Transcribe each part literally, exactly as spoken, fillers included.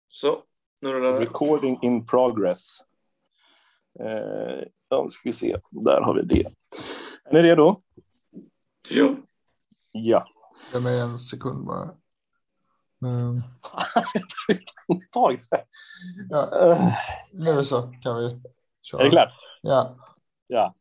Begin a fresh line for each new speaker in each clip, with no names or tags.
Så, nu är det...
Recording in progress. Eh, ja, ska vi se. Där har vi det. Är ni redo?
Ja.
Ja.
Jag med en sekund bara. Mm.
Tag.
Ja. Nu så kan vi köra.
Är det klart?
Ja.
Ja.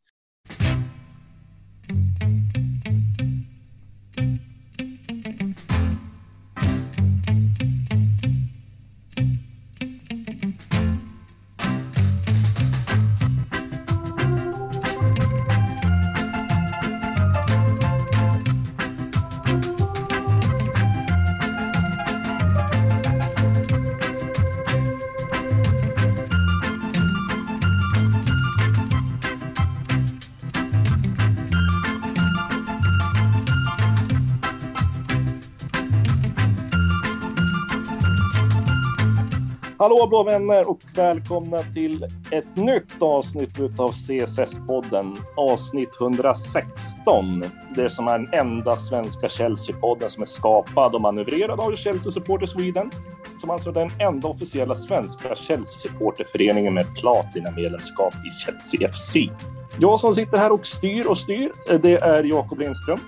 Hallå blå vänner och välkomna till ett nytt avsnitt av C S S-podden, avsnitt hundrasexton. Det som är den enda svenska Chelsea-podden som är skapad och manövrerad av Chelsea Supporter Sweden, som alltså är den enda officiella svenska Chelsea-supporterföreningen med platina-medlemskap i Chelsea F C. Jag som sitter här och styr och styr, det är Jakob Lindström.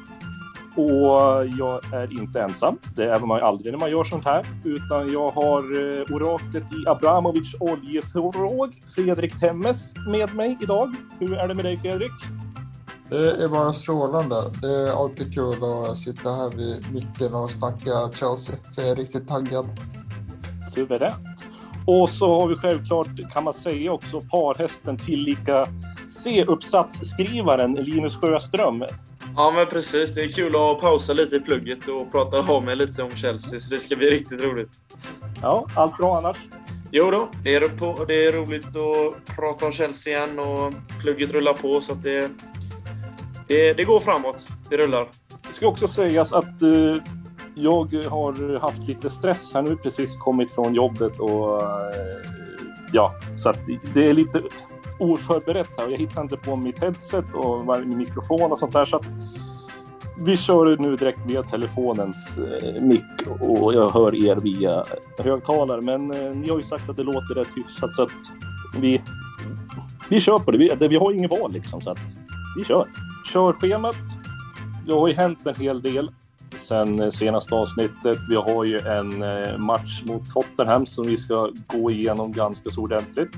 Och jag är inte ensam, det är man ju aldrig när man gör sånt här, utan jag har eh, oraklet i Abramovic oljetråg, Fredrik Temmes, med mig idag. Hur är det med dig, Fredrik?
Det är bara strålande. Det är alltid kul att sitta här vid micken och snacka Chelsea, så jag är riktigt taggad.
Suveränt. Och så har vi självklart, kan man säga också, parhästen tillika C-uppsatsskrivaren Linus Sjöström.
Ja, men precis. Det är kul att pausa lite i plugget och prata av mig lite om Chelsea, så det ska bli riktigt roligt.
Ja, allt bra annars?
Jo då, det är, på, det är roligt att prata om Chelsea igen och plugget rullar på, så att det, det, det går framåt. Det rullar.
Det ska också sägas att uh, jag har haft lite stress här nu, precis kommit från jobbet och uh, ja, så att det är lite oförberett här. Jag hittar inte på mitt headset och min mikrofon och sånt där, så att vi kör nu direkt via telefonens eh, mick och jag hör er via högtalare, men eh, ni har ju sagt att det låter rätt hyfsat, så att vi, vi kör på det. Vi, vi har inget val liksom, så att vi kör. Kör schemat. Det har ju hänt en hel del sen senaste avsnittet. Vi har ju en eh, match mot Tottenham som vi ska gå igenom ganska så ordentligt.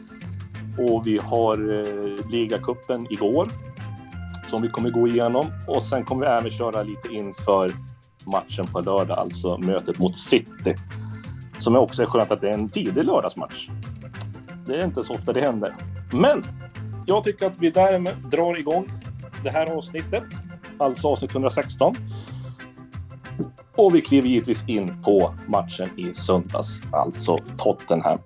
Och vi har eh, ligacupen igår som vi kommer gå igenom. Och sen kommer vi även köra lite inför matchen på lördag, alltså mötet mot City. Som är också skönt att det är en tidig lördagsmatch. Det är inte så ofta det händer. Men jag tycker att vi därmed drar igång det här avsnittet. Alltså avsnitt hundrasexton. Och vi kliver givetvis in på matchen i söndags. Alltså Tottenham.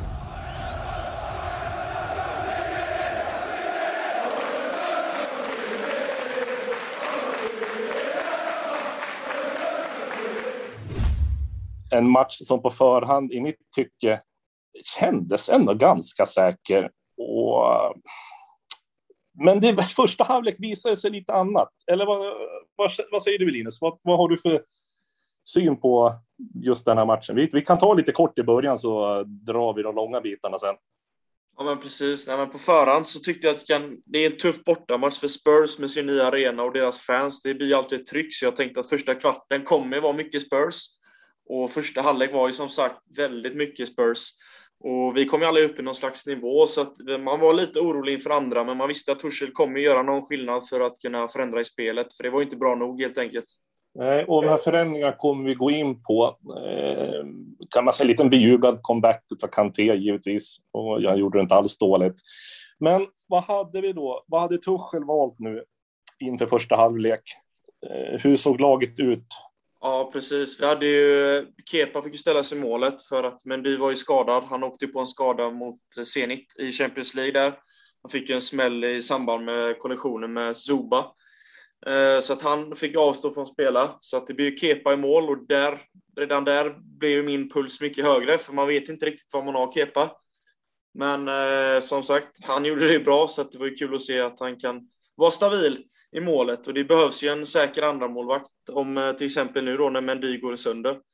En match som på förhand i mitt tycke kändes ändå ganska säker. Och... Men det första halvlek visade sig lite annat. Eller vad, vad, vad säger du, Linus? Vad, vad har du för syn på just den här matchen? Vi, vi kan ta lite kort i början, så drar vi de långa bitarna sen.
Ja, men precis. Ja, men på förhand så tyckte jag att det, kan, det är en tuff bortamatch för Spurs med sin nya arena och deras fans. Det blir alltid ett tryck, så jag tänkte att första kvarten kommer vara mycket Spurs. Och första halvlek var ju som sagt väldigt mycket Spurs. Och vi kom ju aldrig upp i någon slags nivå, så att man var lite orolig inför andra. Men man visste att Tuchel kommer göra någon skillnad för att kunna förändra i spelet. För det var inte bra nog helt enkelt.
Nej, och de här förändringarna kommer vi gå in på. Eh, kan man säga en liten beljugad comeback av Kanté givetvis. Och jag gjorde det inte alls dåligt. Men vad hade vi då? Vad hade Tuchel valt nu inför första halvlek? Eh, hur såg laget ut?
Ja, precis. Vi hade ju... Kepa fick ju ställa sig målet för att Mendy var ju skadad. Han åkte på en skada mot Zenit i Champions League där. Han fick ju en smäll i samband med kollisionen med Zuba. Så att han fick avstå från att spela. Så att det blir ju Kepa i mål. Och där, redan där blev ju min puls mycket högre. För man vet inte riktigt vad man har Kepa. Men eh, som sagt, han gjorde det bra. Så att det var ju kul att se att han kan vara stabil i målet. Och det behövs ju en säker andra målvakt. Om till exempel nu då när Mendy går sönder.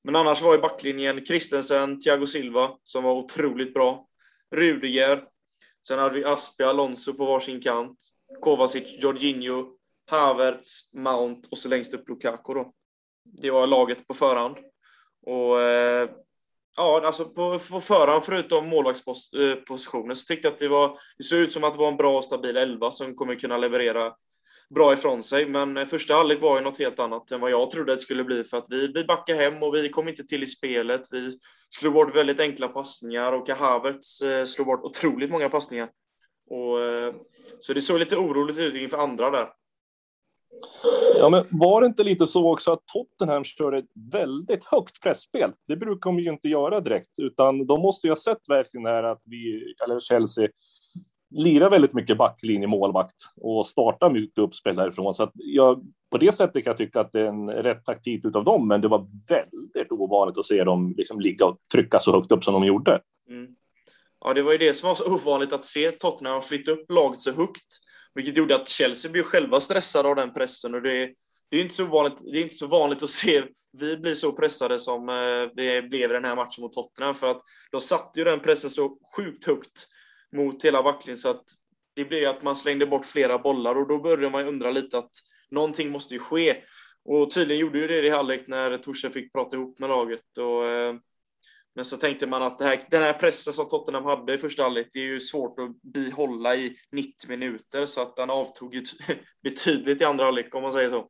Men annars var ju backlinjen Christensen, Thiago Silva som var otroligt bra. Rudiger. Sen hade vi Aspia, Alonso på varsin kant. Kovacic, Jorginho, Havertz, Mount och så längst upp Lukaku då. Det var laget på förhand. Och eh, ja, alltså på, på förhand förutom målvaktspositionen så tyckte jag att det var det såg ut som att det var en bra och stabil elva som kommer kunna leverera bra ifrån sig. Men första halvlek var ju något helt annat än vad jag trodde det skulle bli, för att vi, vi backade hem och vi kom inte till i spelet. Vi slog bort väldigt enkla passningar och Havertz eh, slog bort otroligt många passningar. Och, eh, så det såg lite oroligt ut inför andra där.
Ja, men var det inte lite så också att Tottenham körde ett väldigt högt pressspel? Det brukar de ju inte göra direkt, utan de måste ju ha sett verkligen här att vi, eller Chelsea, lirar väldigt mycket backlinje målvakt och startar mycket uppspel därifrån. Så att jag, på det sättet kan jag tycka att det är en rätt taktik utav dem, men det var väldigt ovanligt att se dem liksom ligga och trycka så högt upp som de gjorde.
Mm. Ja, det var ju det som var så ovanligt, att se Tottenham flytta upp laget så högt, vilket gjorde att Chelsea blev själva stressade av den pressen. Och det, det är inte så vanligt, det är inte så vanligt att se vi blir så pressade som det blev i den här matchen mot Tottenham, för att de satte ju den pressen så sjukt högt mot hela backlinjen så att det blev att man slängde bort flera bollar, och då började man ju undra lite att någonting måste ju ske. Och tydligen gjorde ju det i halvlek när Torsen fick prata ihop med laget. Och, men så tänkte man att det här, den här pressen som Tottenham hade i första halvlek, det är ju svårt att behålla i nittio minuter, så att den avtog ju betydligt i andra halvlek, om man säger så.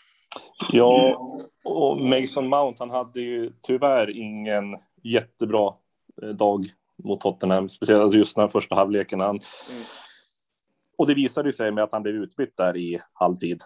Ja, och Mason Mount, han hade ju tyvärr ingen jättebra dag mot Tottenham, speciellt just den första halvleken. Han, mm. Och det visade sig med att han blev utbytt där i halvtid.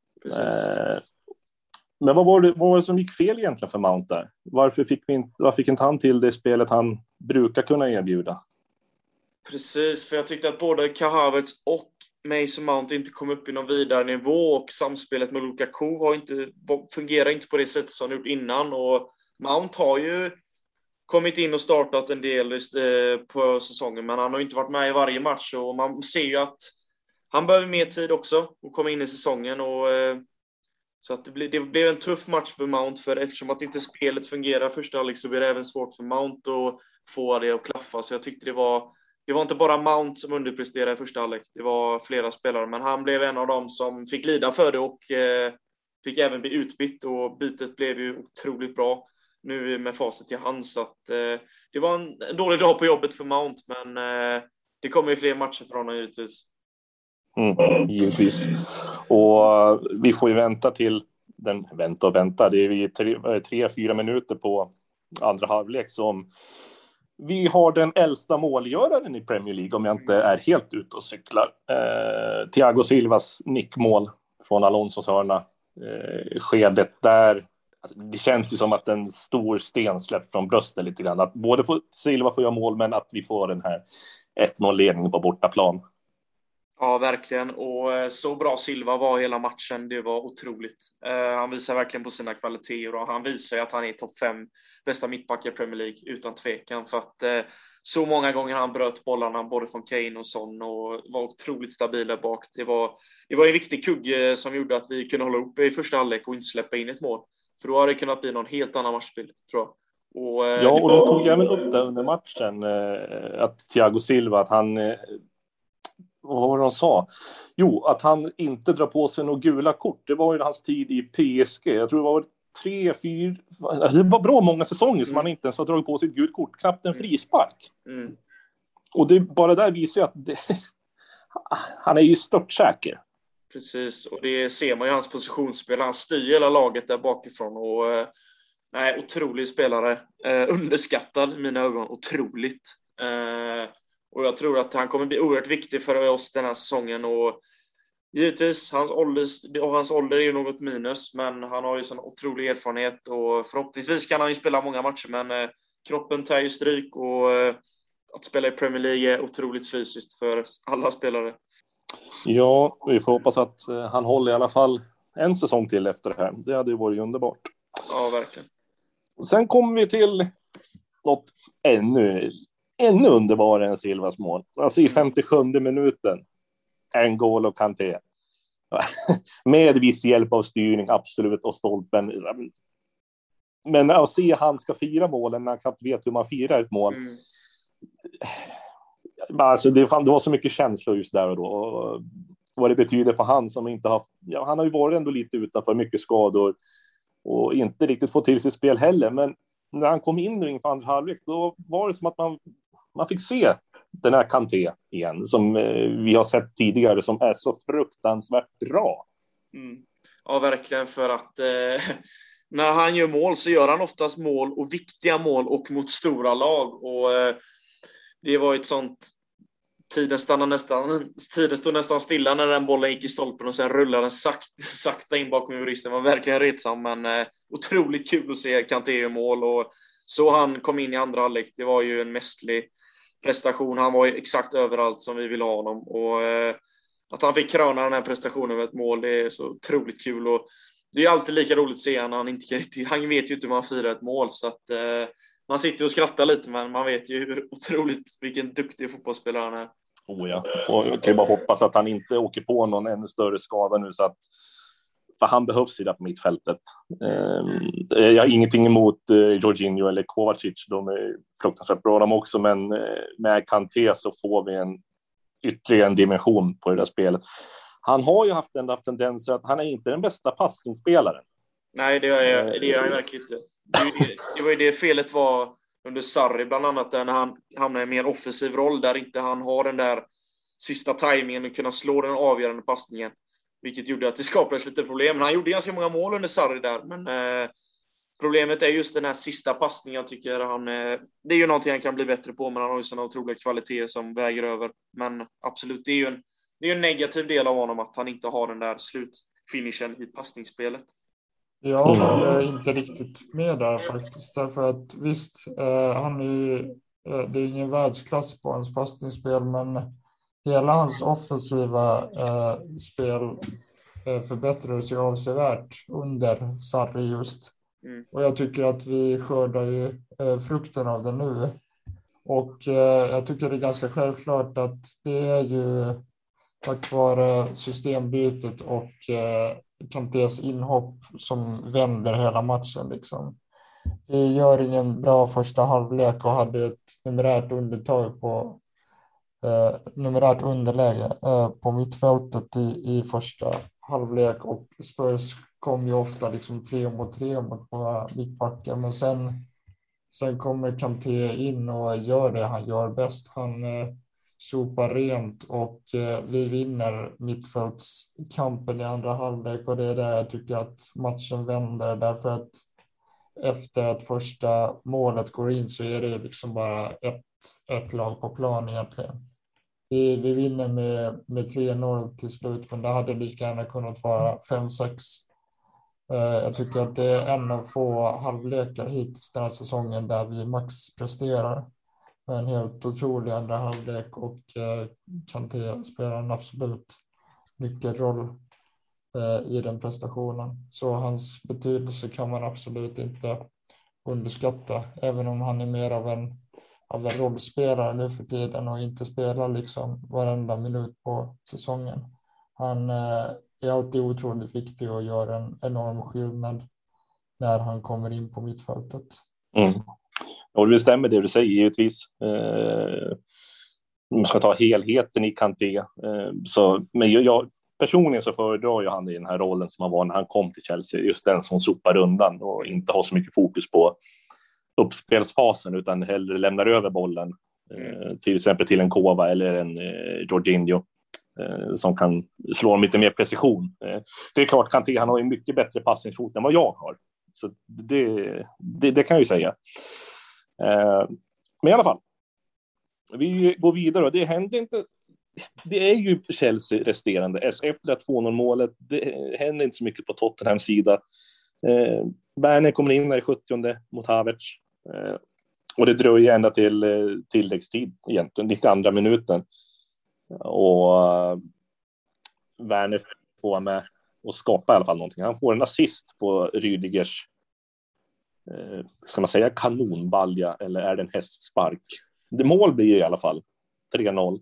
Eh, men vad var, det, vad var det som gick fel egentligen för Mount där? Varför fick, vi inte, varför fick inte han till det spelet han brukar kunna erbjuda?
Precis, för jag tyckte att både Havertz och Mason Mount inte kom upp i någon vidare nivå, och samspelet med Lukaku har inte, fungerar inte på det sätt som gjort innan. Och Mount har ju kommit in och startat en del eh, på säsongen, men han har inte varit med i varje match, och man ser ju att han behöver mer tid också och komma in i säsongen. Och, eh, så att det, blir, det blev en tuff match för Mount, för eftersom att inte spelet fungerar första halvlek så blir det även svårt för Mount att få det att klaffa. Så jag tyckte det var det var inte bara Mount som underpresterade i första halvlek, det var flera spelare, men han blev en av dem som fick lida för det och eh, fick även bli utbytt, och bytet blev ju otroligt bra nu med facit i hand. Så att eh, det var en, en dålig dag på jobbet för Mount, men eh, det kommer ju fler matcher för honom givetvis.
Mm, givetvis. Och uh, vi får ju vänta till den, vänta och vänta, det är ju tre, tre, fyra minuter på andra halvlek som vi har den äldsta målgöraren i Premier League, om jag inte är helt ute och cyklar. Eh, Thiago Silvas nickmål från Alonsos hörna. Eh, skedet där. Alltså, det känns ju som att en stor sten släppt från bröstet lite grann. Att både får Silva får göra mål, men att vi får den här ett noll-ledningen på bortaplan.
Ja, verkligen. Och så bra Silva var hela matchen. Det var otroligt. Uh, han visar verkligen på sina kvaliteter, och han visar ju att han är topp fem bästa mittbackar i Premier League utan tvekan. För att uh, så många gånger han bröt bollarna både från Kane och Son och var otroligt stabila bak. Det var, det var en viktig kugge som gjorde att vi kunde hålla upp i första halvlek och inte släppa in ett mål. För då hade det kunnat bli någon helt annan matchbild, tror jag. Och, uh,
ja, och de tog även upp det under matchen, uh, att Thiago Silva, att han... Uh, vad var det de sa? Jo, att han inte drar på sig några gula kort. Det var ju hans tid i P S G. Jag tror det var tre, fyra... Det var bra många säsonger som mm. han inte ens har dragit på sig ett gult kort. Knappt en frispark. Mm. Och det bara där visar ju att det, han är ju störtsäker.
Precis, och det ser man ju i hans positionsspel. Han styr hela laget där bakifrån. Och, nej, otrolig spelare. Eh, underskattad i mina ögon. Otroligt. Eh, Och jag tror att han kommer bli oerhört viktig för oss den här säsongen. Och givetvis, hans ålder, och hans ålder är ju något minus. Men han har ju sån otrolig erfarenhet. Och förhoppningsvis kan han ju spela många matcher. Men eh, kroppen tar ju stryk. Och eh, att spela i Premier League är otroligt fysiskt för alla spelare.
Ja, vi får hoppas att eh, han håller i alla fall en säsong till efter det här. Det hade ju varit underbart.
Ja, verkligen.
Sen kommer vi till något ännu... ännu underbarare än Silvas mål. Alltså i femtiosjunde minuten. N'Golo Kanté. Med viss hjälp av styrning, absolut, och stolpen. men att se han ska fira målen när han knappt vet hur man firar ett mål. Mm. Alltså det, fan, det var så mycket känslor just där och då. Och vad det betyder för han som inte har... Ja, han har ju varit ändå lite utanför, mycket skador. Och inte riktigt fått till sitt spel heller. Men när han kom in nu inför andra halvlek, då var det som att man, man fick se den här Kanté igen. Som eh, vi har sett tidigare, som är så fruktansvärt bra.
Mm. Ja, verkligen, för att... Eh... När han gör mål så gör han oftast mål och viktiga mål och mot stora lag. Och eh, det var ett sånt... Tiden stannade nästan, tiden stod nästan stilla när den bollen gick i stolpen och sen rullade den sakta, sakta in bakom juristen. Det var verkligen retsam, men eh, otroligt kul att se Kanté i mål. Och så han kom in i andra halvlek. Det var ju en mästerlig prestation. Han var ju exakt överallt som vi ville ha honom. Och eh, att han fick kröna den här prestationen med ett mål, det är så otroligt kul. Och det är alltid lika roligt att se när han inte riktigt, han vet ju inte hur man firar ett mål, så att eh, man sitter och skrattar lite, men man vet ju hur otroligt vilken duktig fotbollsspelare han är.
Oh ja, och jag kan ju bara hoppas att han inte åker på någon ännu större skada nu, så att, för han behövs i det på mittfältet. Eh, jag har ingenting emot eh, Jorginho eller Kovacic, de är fruktansvärt bra de också, men eh, med Kanté så får vi en ytterligare en dimension på det där spelet. Han har ju haft en tendens att han är inte den bästa passningsspelaren. Nej, det är jag, det är jag verkligen inte. Det, det, det var ju det felet var under Sarri bland annat, där när han hamnar i en mer offensiv roll, där inte han har den där sista tajmingen och kunna slå den avgörande passningen, vilket gjorde att det skapades lite problem. Men han gjorde ganska många mål under Sarri där, men eh, problemet är just den här sista passningen. Jag tycker han, eh, det är ju någonting han kan bli bättre på, men han har ju sådana otroliga kvaliteter som väger över. Men absolut, det är ju en Det är en negativ del av honom att han inte har den där slutfinishen i passningsspelet.
Jag håller inte riktigt med där faktiskt. Därför att visst, eh, han är, eh, det är ingen världsklass på hans passningsspel, men hela hans offensiva eh, spel eh, förbättrades ju avsevärt under Sarri just. Mm. Och jag tycker att vi skördar ju eh, frukten av det nu. Och eh, jag tycker det är ganska självklart att det är ju tack vare systembytet och eh, Kantés inhopp som vänder hela matchen. Liksom. Vi gör ingen bra första halvlek och hade ett numerärt undertag på eh, numerärt underläge eh, på mittfältet i, i första halvlek, och Spurs kom ju ofta liksom tre mot tre mot våra mittbackar, men sen, sen kommer Kanté in och gör det han gör bäst. Han eh, sopar rent och eh, vi vinner mittfältskampen i andra halvlek, och det är där jag tycker att matchen vänder, därför att efter att första målet går in så är det liksom bara ett, ett lag på plan egentligen. Vi, vi vinner med, med tre noll till slut, men det hade lika gärna kunnat vara fem sex. Eh, jag tycker att det är en av få halvlekar hittills den här säsongen där vi max presterar. En helt otrolig andra halvlek, och eh, Kanté spelar en absolut nyckelroll eh, i den prestationen. Så hans betydelse kan man absolut inte underskatta, även om han är mer av en, av en rollspelare nu för tiden och inte spelar liksom varenda minut på säsongen. Han eh, är alltid otroligt viktig och gör en enorm skillnad när han kommer in på mittfältet.
Mm. Och det stämmer det du säger givetvis. Eh, man ska ta helheten i Kanté. Eh, så, men jag, jag, personligen så föredrar jag han i den här rollen som han var när han kom till Chelsea. Just den som sopar undan och inte har så mycket fokus på uppspelsfasen, utan hellre lämnar över bollen. Eh, till exempel till en Kova eller en eh, Jorginho. Eh, som kan slå dem lite mer precision. Eh, det är klart, Kanté, han har ju mycket bättre passningsfot än vad jag har. Så det, det, det kan jag ju säga. Eh, men i alla fall, vi går vidare, och det händer inte, det är ju Chelsea resterande efter att två noll målet, det händer inte så mycket på Tottenhams sida. eh, Werner kommer in i sjuttionde mot Havertz, eh, och det dröjer ända till eh, tilläggstid egentligen, nittioandra minuten, och uh, Werner får med och skapa i alla fall någonting. Han får en assist på Rüdigers, eh, ska man säga kanonbalja, eller är det en hästspark? Det mål blir i alla fall tre noll.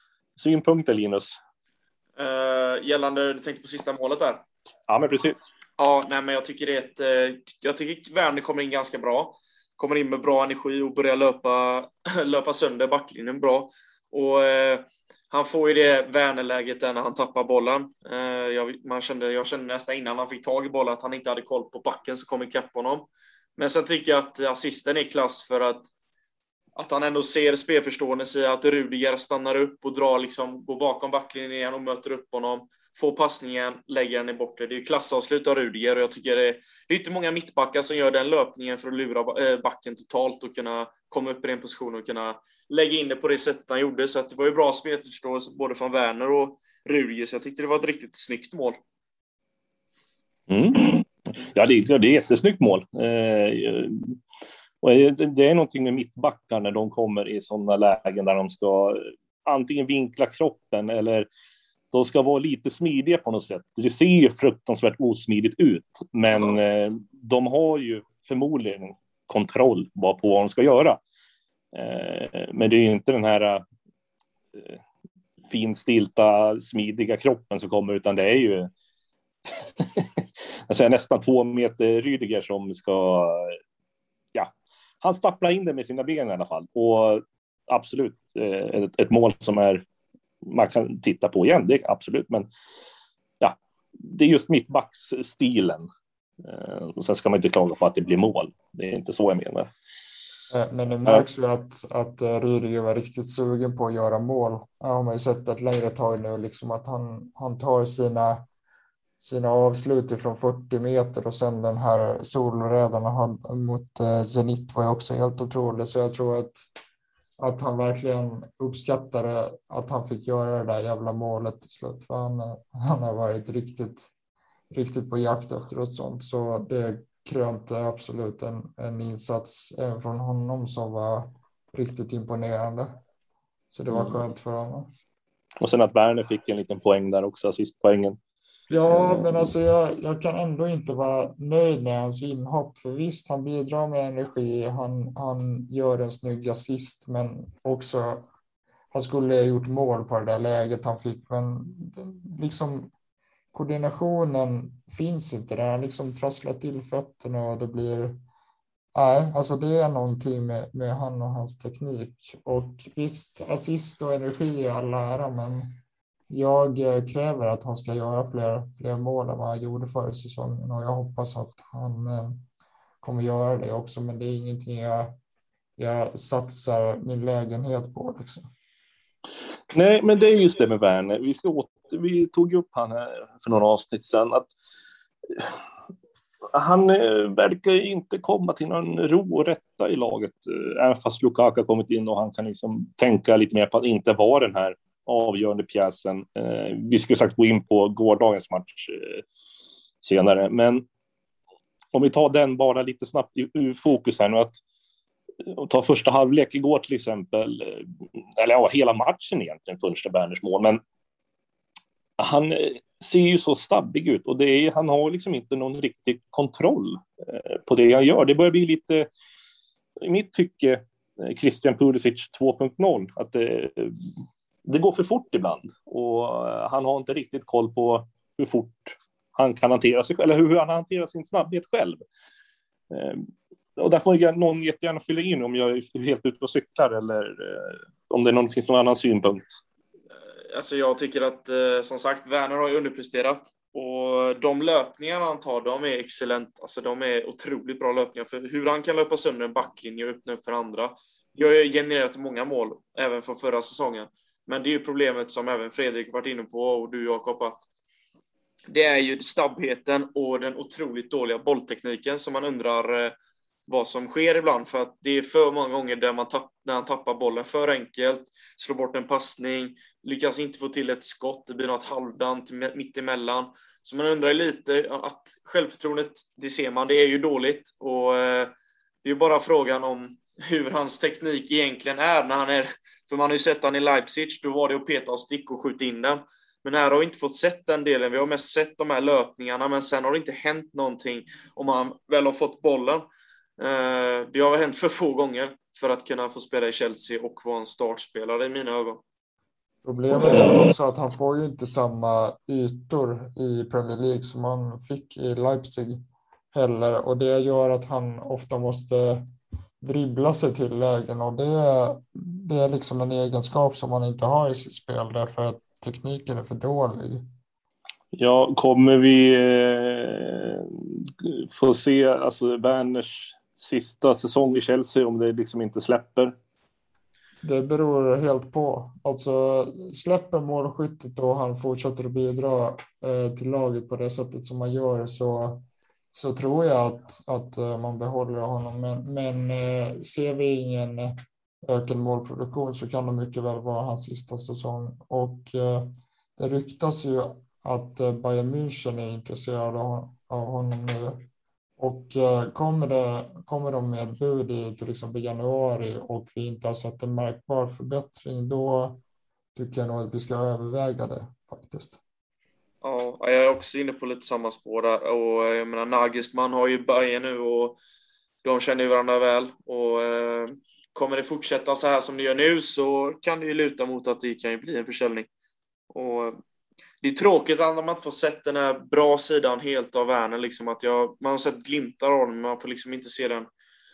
Synpunkter, Linus?
Uh, gällande, du tänkte på sista målet där?
Ja, men precis.
Ja, nej, men jag tycker det är ett, jag tycker Werner kommer in ganska bra. Kommer in med bra energi och börjar löpa, löpa sönder backlinjen bra. Och eh, han får ju det Werner-läget där när han tappar bollen. Eh, jag, man kände, jag kände nästan innan han fick tag i bollen att han inte hade koll på backen så kom ikapp honom. Men sen tycker jag att assisten är klass för att att han ändå ser spelförståelse i att Rudiger stannar upp och drar liksom, går bakom backlinjen igen och möter upp honom. Får passningen, lägger den i bortre. Det är ju klassavslut av Rudiger och jag tycker det är, det är inte många mittbackar som gör den löpningen för att lura backen totalt och kunna komma upp i den positionen och kunna lägga in det på det sättet han gjorde. Så att det var ju bra spelförståelse både från Werner och Rudiger, så jag tyckte det var ett riktigt snyggt mål.
Mm. Ja, det är, det är ett jättesnyggt mål. Eh, och det är någonting med mittbackar när de kommer i sådana lägen där de ska antingen vinkla kroppen eller de ska vara lite smidiga på något sätt. Det ser ju fruktansvärt osmidigt ut, men eh, de har ju förmodligen kontroll på vad de ska göra. Eh, men det är ju inte den här eh, finstilta, smidiga kroppen som kommer, utan det är ju alltså nästan två meter Rydiger som ska, ja, han stapplar in det med sina ben i alla fall. Och absolut eh, ett, ett mål som är man kan titta på igen, det är absolut, men ja, det är just mittbacksstilen. Eh, och sen ska man inte klaga på att det blir mål. Det är inte så jag menar.
Men det märks ju att, att Rydiger var riktigt sugen på att göra mål. Ja, har man ju sett ett längre tag nu, liksom att han, han tar sina, sina avslut från fyrtio meter och sen den här solrädan han mot eh, Zenit var ju också helt otrolig. Så jag tror att att han verkligen uppskattade att han fick göra det där jävla målet till slut. För han, han har varit riktigt, riktigt på jakt efter ett sånt. Så det krönte absolut en, en insats även från honom som var riktigt imponerande. Så det var skönt för honom.
Och sen att Werner fick en liten poäng där också, assistpoängen.
Ja, men alltså jag, jag kan ändå inte vara nöjd med hans inhopp. För visst, han bidrar med energi. Han, han gör en snygg assist, men också han skulle ha gjort mål på det där läget han fick. Men liksom koordinationen finns inte där. Han liksom trasslar till fötterna och det blir... Nej, alltså det är någonting med, med han och hans teknik. Och visst, assist och energi är alla ära, men jag kräver att han ska göra fler, fler mål än vad han gjorde förra säsongen. Och jag hoppas att han eh, kommer göra det också. Men det är ingenting jag, jag satsar min lägenhet på. Liksom.
Nej, men det är just det med Werner. Vi, ska åter, vi tog upp han här för några avsnitt sedan. Att han eh, verkar inte komma till någon ro och rätta i laget. Även fast Lukaku har kommit in och han kan liksom tänka lite mer på att inte vara den här avgörande pjäsen. Eh, vi skulle sagt gå in på gårdagens match eh, senare. Men om vi tar den bara lite snabbt i, i fokus här nu. Att och ta första halvlek igår till exempel. Eh, eller ja, hela matchen egentligen första Werners mål. Men han eh, ser ju så stabbig ut. Och det är, han har liksom inte någon riktig kontroll eh, på det han gör. Det börjar bli lite, i mitt tycke, Christian Pulisic två punkt noll. Att det Det går för fort ibland och han har inte riktigt koll på hur fort han kan hantera sig eller hur han hanterar sin snabbhet själv. Och där får någon jättegärna fylla in om jag är helt ute och cyklar eller om det någon, finns någon annan synpunkt.
Alltså jag tycker att som sagt Werner har ju underpresterat och de löpningar han tar, de är excellent. Alltså de är otroligt bra löpningar för hur han kan löpa sönder en backlinje och öppna upp för andra. Jag har genererat många mål även från förra säsongen. Men det är ju problemet som även Fredrik varit inne på och du Jakob, att det är ju snabbheten och den otroligt dåliga bolltekniken som man undrar eh, vad som sker ibland. För att det är för många gånger där man tapp, när han tappar bollen för enkelt, slår bort en passning, lyckas inte få till ett skott, det blir något halvdant mitt emellan. Så man undrar lite att självförtroendet, det ser man, det är ju dåligt. Och eh, det är ju bara frågan om hur hans teknik egentligen är när han är... För man har ju sett han i Leipzig, då var det att peta och stick och skjuta in den. Men här har vi inte fått sett den delen. Vi har mest sett de här löpningarna, men sen har det inte hänt någonting om man väl har fått bollen. Det har hänt för få gånger för att kunna få spela i Chelsea och vara en startspelare i mina ögon.
Problemet är också att han får ju inte samma ytor i Premier League som han fick i Leipzig heller. Och det gör att han ofta måste dribbla sig till lägen. Och det, det är liksom en egenskap som han inte har i sitt spel därför att tekniken är för dålig.
Ja, kommer vi eh, få se alltså Werners sista säsong i Chelsea om det liksom inte släpper?
Det beror helt på. Alltså släpper målskyttet och han fortsätter att bidra eh, till laget på det sättet som man gör så, så tror jag att, att eh, man behåller honom. Men, men eh, ser vi ingen ökad målproduktion så kan det mycket väl vara hans sista säsong. Och eh, det ryktas ju att eh, Bayern München är intresserade av, av honom nu. Och eh, kommer, det, kommer de med bud i till exempel januari och vi inte har sett en märkbar förbättring, då tycker jag nog att vi ska överväga det faktiskt.
Ja, jag är också inne på lite samma spår där. Och jag menar, Nagelsmann har ju Bayern nu och de känner ju varandra väl. Och eh, kommer det fortsätta så här som det gör nu så kan det ju luta mot att det kan ju bli en försäljning. Och det är tråkigt att man inte får sett den här bra sidan helt av Werner. Liksom att jag, man har sett glimtar av den, men man får liksom inte se den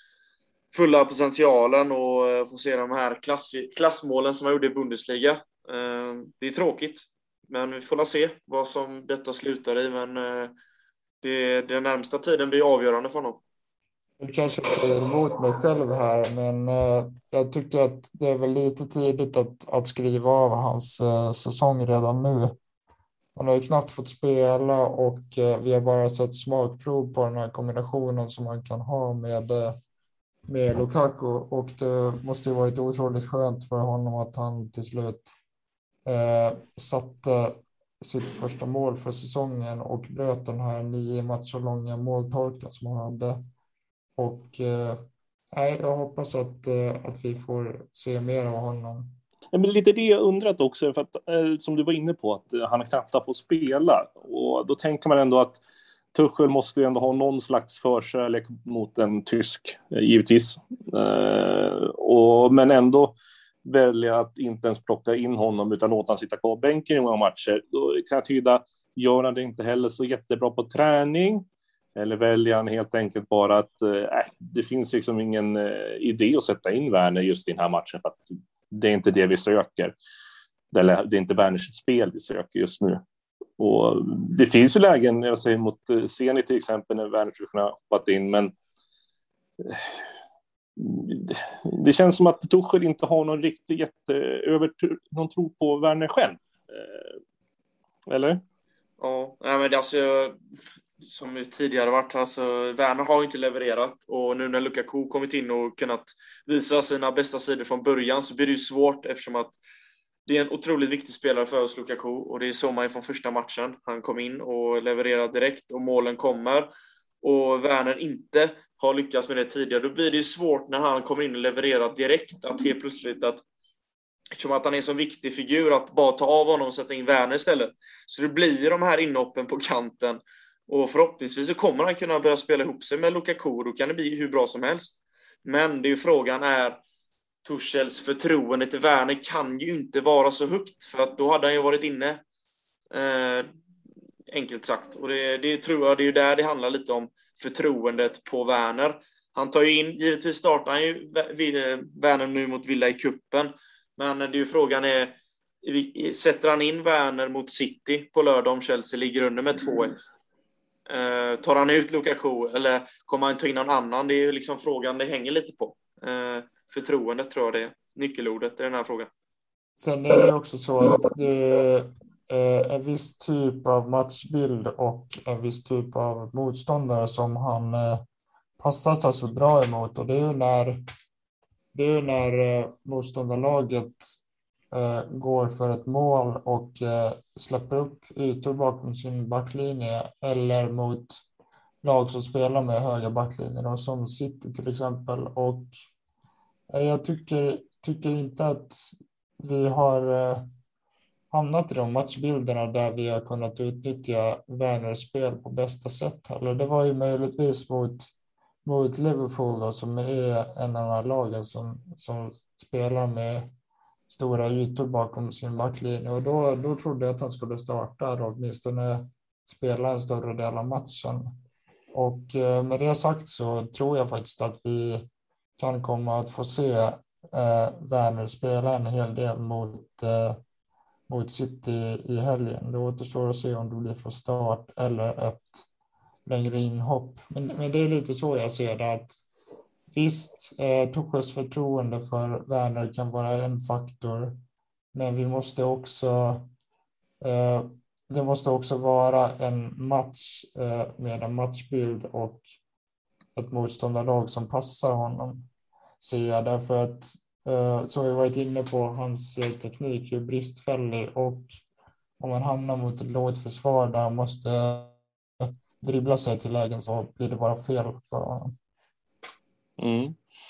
fulla potentialen och få se de här klass, klassmålen som man gjorde i Bundesliga. Det är tråkigt, men vi får se vad som detta slutar i. Men det, den närmsta tiden blir avgörande för honom.
Jag kanske säger emot mig själv här, men jag tycker att det är väl lite tidigt att, att skriva av hans säsong redan nu. Han har ju knappt fått spela och vi har bara sett smakprov på den här kombinationen som man kan ha med, med Lukaku. Och det måste ju varit otroligt skönt för honom att han till slut eh, satte sitt första mål för säsongen och bröt den här nio matcher långa måltorkan som han hade. Och eh, jag hoppas att, eh, att vi får se mer av honom.
Ja, men lite det jag undrat också, för att, eh, som du var inne på, att eh, han är knappt på att spela. Och då tänker man ändå att Tuchel måste ju ändå ha någon slags förkärlek mot en tysk, eh, givetvis. Eh, och, men ändå välja att inte ens plocka in honom utan låta han sitta kvar på bänken i många matcher. Då kan jag tyda, gör han det inte heller så jättebra på träning? Eller väljer han helt enkelt bara att eh, det finns liksom ingen eh, idé att sätta in Werner just i den här matchen för att det är inte det vi söker. Eller det är inte Werners spel vi söker just nu. Och det finns ju lägen, jag säger mot Zenit till exempel, när Werner skulle kunna hoppat in, men det känns som att Tuchel inte har någon riktig jätteövertro, någon tro på Werner själv. Eller?
Ja, men det alltså, som tidigare varit, alltså, Werner har ju inte levererat och nu när Lukaku kommit in och kunnat visa sina bästa sidor från början så blir det ju svårt eftersom att det är en otroligt viktig spelare för oss, Lukaku, och det är så man ju från första matchen. Han kom in och levererade direkt och målen kommer och Werner inte har lyckats med det tidigare. Då blir det ju svårt när han kommer in och levererar direkt att helt plötsligt att eftersom att han är en så viktig figur att bara ta av honom och sätta in Werner istället. Så det blir de här inhoppen på kanten. Och förhoppningsvis så kommer han kunna börja spela ihop sig med Lukaku. Då kan det bli hur bra som helst. Men det är ju frågan är Tuchels förtroende till Werner kan ju inte vara så högt. För att då hade han ju varit inne. Eh, enkelt sagt. Och det, det tror jag det är ju där det handlar lite om förtroendet på Werner. Han tar ju in, givetvis startar han ju Werner nu mot Villa i kuppen. Men det är ju frågan är, sätter han in Werner mot City på lördag om Chelsea ligger under med två ett? Uh, tar han ut Lukaku eller kommer han ta in någon annan? Det är ju liksom frågan det hänger lite på. Uh, förtroendet tror jag det är nyckelordet i den här frågan.
Sen är det också så att det är en viss typ av matchbild och en viss typ av motståndare som han passar sig så bra emot. Och det är ju när, det är när motståndarlaget går för ett mål och släpper upp ytor bakom sin backlinje eller mot lag som spelar med höga backlinjer som City till exempel. Och jag tycker, tycker inte att vi har hamnat i de matchbilderna där vi har kunnat utnyttja Werners spel på bästa sätt. Eller det var ju möjligtvis mot, mot Liverpool då, som är en av de här lagen som, som spelar med stora ytor bakom sin backlinje. Och då, då trodde jag att han skulle starta och åtminstone spela en större del av matchen. Och eh, med det sagt så tror jag faktiskt att vi kan komma att få se eh, Werner spela en hel del mot, eh, mot City i helgen. Det återstår att se om det blir för start eller ett längre inhopp. Men, men det är lite så jag ser det, att visst, eh, Tuchels förtroende för Werner kan vara en faktor, men vi måste också eh, det måste också vara en match eh, med en matchbild och ett motståndarlag som passar honom, ser jag, därför att eh, så har jag varit inne på, hans eh, teknik är bristfällig, och om man hamnar mot ett lågt försvar där man måste eh, dribbla sig till lägen, så blir det bara fel för honom.
Mm.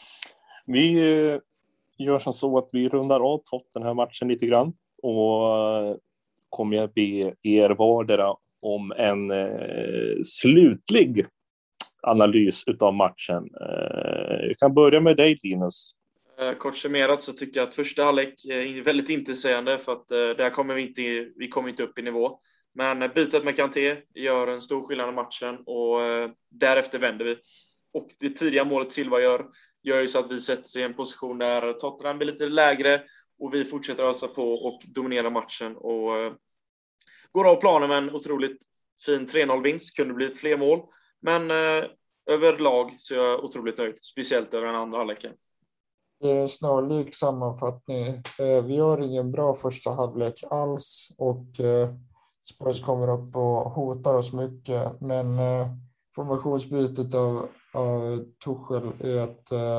Vi eh, gör som så att vi rundar av topp den här matchen lite grann, och eh, kommer jag be er vardera om en eh, slutlig analys utav matchen. Eh, jag kan börja med dig, Linus.
Eh, kort summerat så tycker jag att första halvlek är väldigt intetsägande, för att eh, där kommer vi inte, vi kommer inte upp i nivå. Men eh, bytet med Kanté gör en stor skillnad i matchen, och eh, därefter vänder vi. Och det tidiga målet Silva gör, gör ju så att vi sätter sig i en position där Tottenham blir lite lägre, och vi fortsätter ösa på och dominera matchen, och eh, går av planen med en otroligt fin tre noll-vinst. Kunde bli fler mål, men eh, överlag så är jag otroligt nöjd, speciellt över den andra halvleken.
Det är en snarlik sammanfattning. Eh, vi har ingen bra första halvlek alls, och eh, Spurs kommer upp och hotar oss mycket, men eh, formationsbytet av, av Tuchel är ett eh,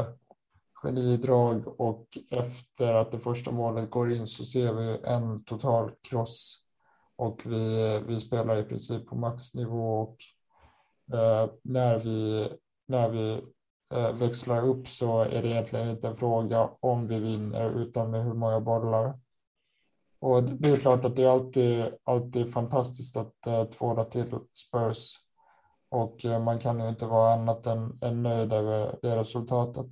genidrag, och efter att det första målet går in så ser vi en total kross, och vi, vi spelar i princip på maxnivå, och eh, när vi, när vi eh, växlar upp så är det egentligen inte en fråga om vi vinner, utan med hur många bollar. Och det är klart att det är alltid, alltid fantastiskt att eh, tvåla till Spurs, och eh, man kan ju inte vara annat än, än nöjd över det resultatet.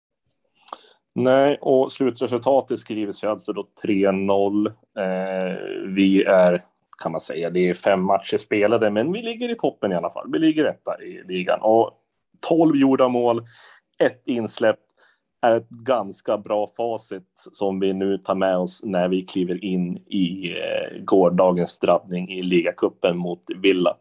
Nej, och slutresultatet skriver sig alltså då tre noll. Eh, vi är, kan man säga, det är fem matcher spelade, men vi ligger i toppen i alla fall. Vi ligger etta i ligan, och tolv gjorda mål, ett insläppt, är ett ganska bra facit som vi nu tar med oss när vi kliver in i eh, gårdagens drabbning i ligacupen mot Villa.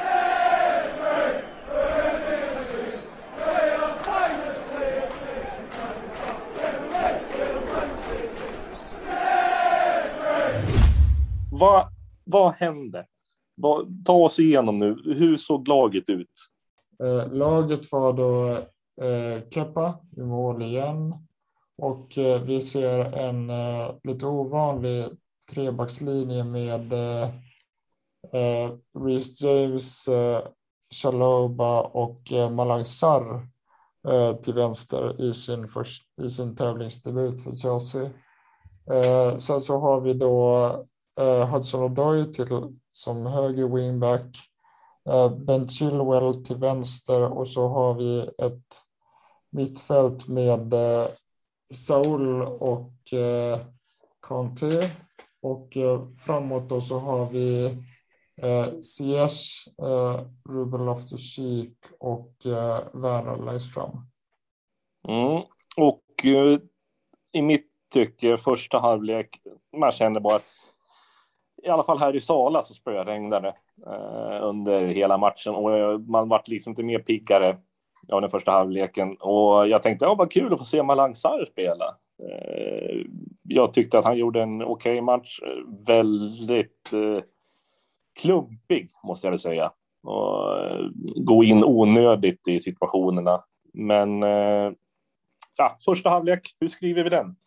Vad, vad hände? Vad, ta oss igenom nu. Hur såg laget ut?
Eh, laget var då eh, Kepa i mål igen. Och eh, vi ser en eh, lite ovanlig trebackslinje med eh, eh, Reece James, eh, Chalobah och eh, Malang Sarr eh, till vänster i sin, först, i sin tävlingsdebut för Chelsea. Eh, sen så har vi då Uh, Hudson-Odoi till som höger wingback, uh, Ben Chilwell till vänster, och så har vi ett mittfält med uh, Saul och uh, Kanté, och uh, framåt då så har vi uh, Ziyech, uh, Ruben Loftus-Cheek och uh, Werner längst fram.
Mm. Och uh, i mitt tycke första halvlek, man känner bara, i alla fall här i Sala så spöregnade eh, under hela matchen, och man var liksom inte mer piggare av den första halvleken, och jag tänkte, ja, vad kul att få se Malang Sarr spela. Eh, jag tyckte att han gjorde en okej okay match, väldigt eh, klumpig måste jag väl säga, och eh, gå in onödigt i situationerna, men eh, ja, första halvlek, hur skriver vi den?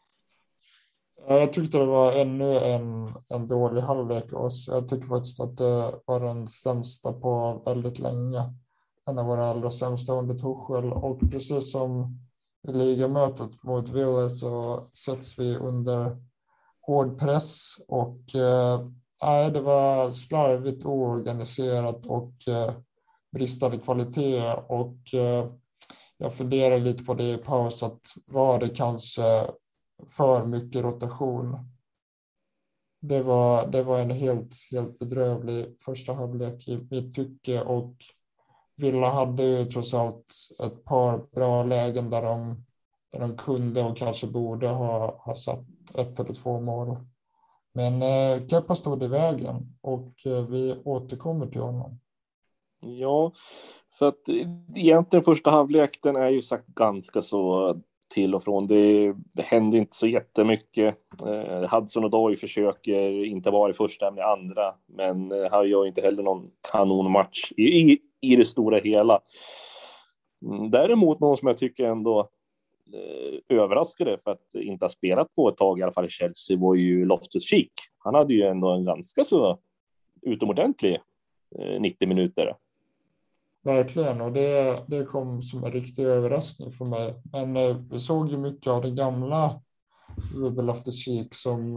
Jag tyckte det var ännu en, en dålig halvlek oss. Jag tycker faktiskt att det var den sämsta på väldigt länge. En av våra allra sämsta under Tuchel. Och precis som i ligamötet mot Villa så sätts vi under hård press. Och eh, det var slarvigt, oorganiserat och eh, bristande kvalitet. Och eh, jag funderar lite på det i paus, att var det kanske för mycket rotation. Det var, det var en helt, helt bedrövlig första halvlek i mitt tycke, och Villa hade ju trots allt ett par bra lägen där de, där de kunde och kanske borde ha, ha satt ett eller två mål. Men eh, Kepa stod i vägen, och eh, vi återkommer till honom.
Ja, för att egentligen första halvlek, den är ju sagt ganska så till och från. Det, det händer inte så jättemycket. Eh, Hudson och Doy försöker inte vara i första men i andra, men eh, här gör inte heller någon kanonmatch i, i, i det stora hela. Mm, däremot någon som jag tycker ändå eh, överraskade för att inte ha spelat på ett tag, i alla fall i Chelsea, var ju Loftus-Cheek. Han hade ju ändå en ganska så utomordentlig eh, nittio minuter.
Verkligen, och det, det kom som en riktig överraskning för mig. Men eh, vi såg ju mycket av det gamla Ruben Loftus-Cheek som,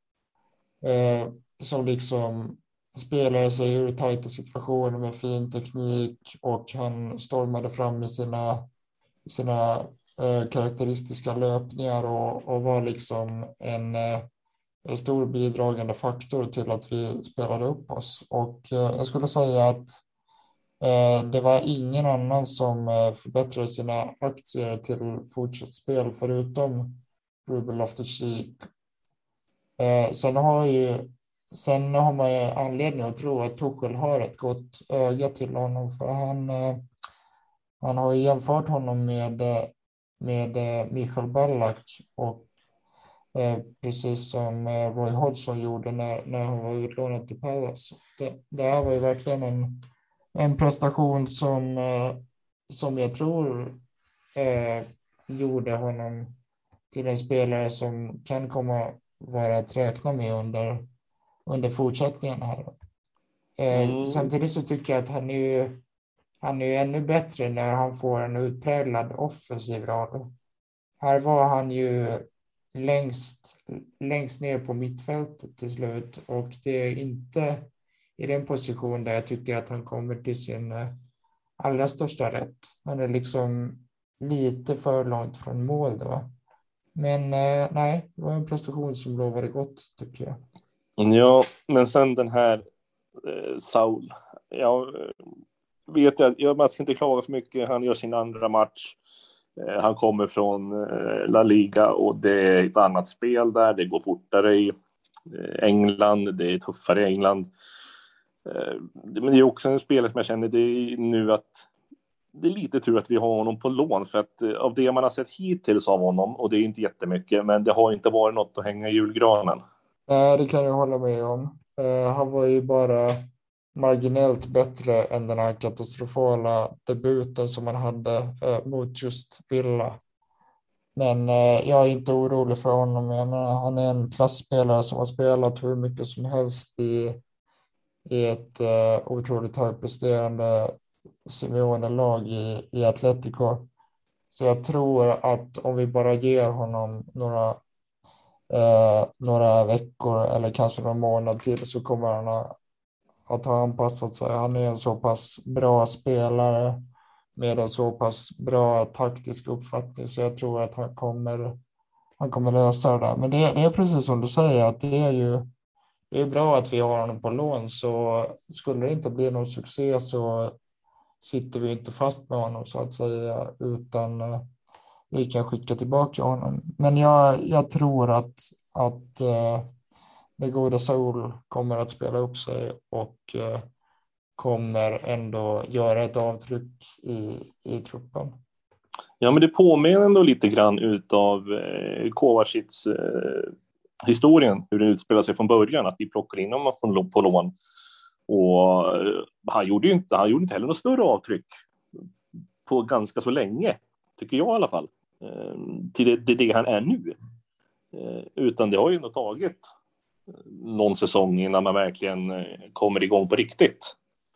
eh, som liksom spelade sig ur tajta situationer med fin teknik, och han stormade fram med sina, sina eh, karaktäristiska löpningar och, och var liksom en, eh, en stor bidragande faktor till att vi spelade upp oss. Och eh, jag skulle säga att det var ingen annan som förbättrade sina aktier till fortsatt spel förutom Ruben Loftus-Cheek. Sen har, ju, sen har man ju anledning att tro att Tuchel har ett gott öga till honom, för han, han har jämfört honom med, med Michael Ballack, och precis som Roy Hodgson gjorde när, när han var utlånad till Palace. Det, det här var ju verkligen en En prestation som, som jag tror eh, gjorde honom till en spelare som kan komma vara att räkna med under, under fortsättningen här. Eh, mm. Samtidigt så tycker jag att han är, han är ännu bättre när han får en utpräglad offensiv roll. Här var han ju längst, längst ner på mittfältet till slut, och det är inte i den position där jag tycker att han kommer till sin allra största rätt. Han är liksom lite för långt från mål då. Men eh, nej, det var en prestation som lovade gott, tycker jag.
Ja, men sen den här eh, Saul. Jag vet att jag, man ska inte klaga för mycket. Han gör sin andra match. Eh, han kommer från eh, La Liga, och det är ett annat spel där. Det går fortare i eh, England. Det är tuffare i England. Men det är också en spelare som jag känner det är nu att det är lite tur att vi har honom på lån, för att av det man har sett hittills av honom, och det är inte jättemycket, men det har inte varit något att hänga i julgranen.
Nej, det kan jag hålla med om. Uh, han var ju bara marginellt bättre än den här katastrofala debuten som han hade uh, mot just Villa. Men uh, jag är inte orolig för honom. Jag menar, han är en klassspelare som har spelat hur mycket som helst i i ett uh, otroligt högpresterande Simeone-lag i, i Atletico. Så jag tror att om vi bara ger honom några, uh, några veckor eller kanske några månader till, så kommer han att, att ha anpassat sig. Han är en så pass bra spelare med en så pass bra taktisk uppfattning, så jag tror att han kommer, han kommer lösa det där. Men det, det är precis som du säger, att det är ju Det är bra att vi har honom på lån, så skulle det inte bli någon succé så sitter vi inte fast med honom så att säga, utan vi kan skicka tillbaka honom. Men jag, jag tror att, att uh, det goda Saul kommer att spela upp sig och uh, kommer ändå göra ett avtryck i, i truppen.
Ja, men det påminner ändå lite grann utav eh, Kovacics eh, historien, hur det utspelar sig från början, att vi plockar in honom från, på lån. Och eh, han gjorde ju inte, han gjorde inte heller något större avtryck på ganska så länge, tycker jag i alla fall, eh, till det, det, det han är nu. Eh, utan det har ju ändå tagit någon säsong innan man verkligen eh, kommer igång på riktigt.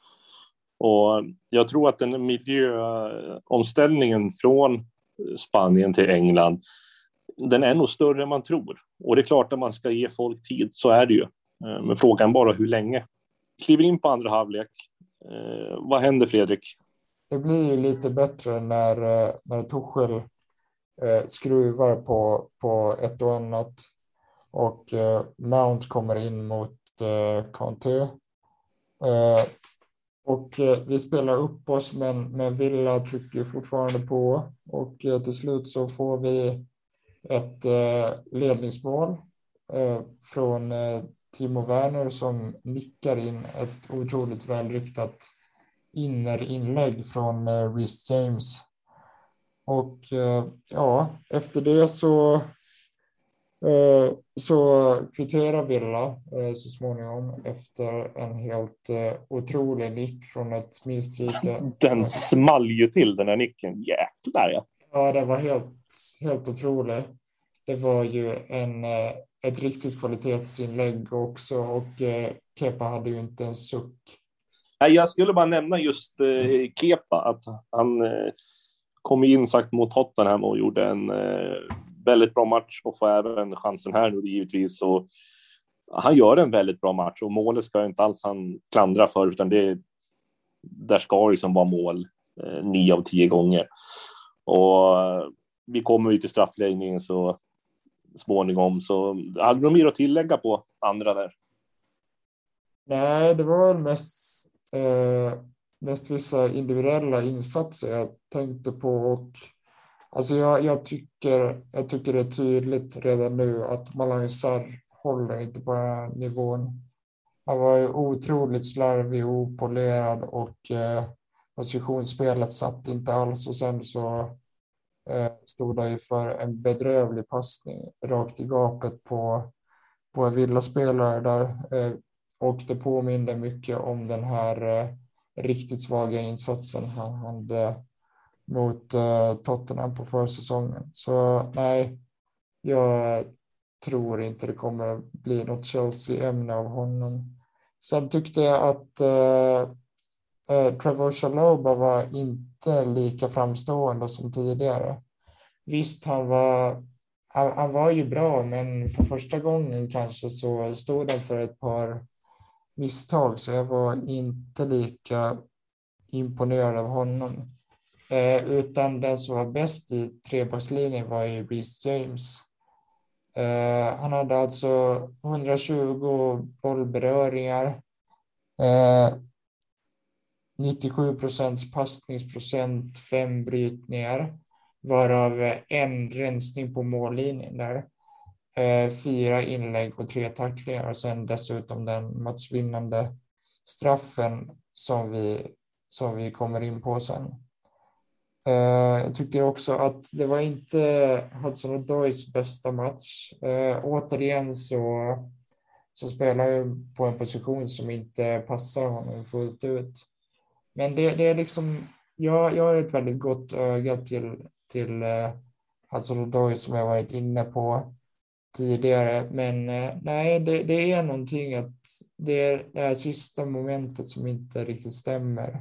Och jag tror att den miljöomställningen från Spanien till England, den är nog större än man tror. Och det är klart att man ska ge folk tid, så är det ju. Men frågan bara hur länge. Kliver in på andra halvlek. Vad händer, Fredrik?
Det blir ju lite bättre när, när Tuchel eh, skruvar på, på ett och annat. Och eh, Mount kommer in mot eh, Kanté. Eh, och eh, vi spelar upp oss, men, men Villa trycker fortfarande på. Och eh, till slut så får vi ett eh, ledningsmål eh, från eh, Timo Werner som nickar in ett otroligt välriktat innerinlägg från eh, Reece James. Och eh, ja, efter det så eh, så kvitterar Villa eh, så småningom efter en helt eh, otrolig nick från ett minst lika...
Den small ju till, den här nicken. Jäklar, ja.
Ja, det var helt, helt otrolig. Det var ju en, eh, ett riktigt kvalitetsinlägg också, och eh, Kepa hade ju inte en suck.
Jag skulle bara nämna just eh, Kepa, att han eh, kom in sagt mot Tottenham och gjorde en eh, väldigt bra match och får även chansen här nu givetvis. Och han gör en väldigt bra match och målet ska inte alls han klandra för, utan det där ska liksom vara mål eh, nio av tio gånger. Och eh, vi kommer ju till straffläggningen så småningom, så hade de mer att tillägga på andra där?
Nej, det var väl mest, eh, mest vissa individuella insatser jag tänkte på, och alltså jag, jag, tycker, jag tycker det är tydligt redan nu att Malang Sarr håller inte på den här nivån. Han var ju otroligt slarvig och opolerad, och eh, positionsspelet satt inte alls, och sen så eh, stod det ju för en bedrövlig passning rakt i gapet på, på en Villa-spelare där. Eh, och det påminner mycket om den här eh, riktigt svaga insatsen han hade mot eh, Tottenham på försäsongen. Så nej, jag tror inte det kommer bli något Chelsea-ämne av honom. Sen tyckte jag att eh, eh, Trevor Chalobah var inte lika framstående som tidigare. Visst, han var, han, han var ju bra, men för första gången kanske så stod han för ett par misstag, så jag var inte lika imponerad av honom. Eh, utan den som var bäst i trebackslinjen var ju Reece James. Eh, han hade alltså hundratjugo bollberöringar, eh, nittiosju procent passningsprocent, fem brytningar, varav en rensning på mållinjen där. Eh, fyra inlägg och tre tacklingar, och sen dessutom den matchvinnande straffen som vi, som vi kommer in på sen. Uh, jag tycker också att det var inte Hudson-Odois bästa match. Uh, återigen så, så spelar jag på en position som inte passar honom fullt ut. Men det, det är liksom, jag, jag har ett väldigt gott öga till, till uh, Hudson-Odoi som jag varit inne på tidigare. Men uh, nej, det, det är någonting att det är det här sista momentet som inte riktigt stämmer.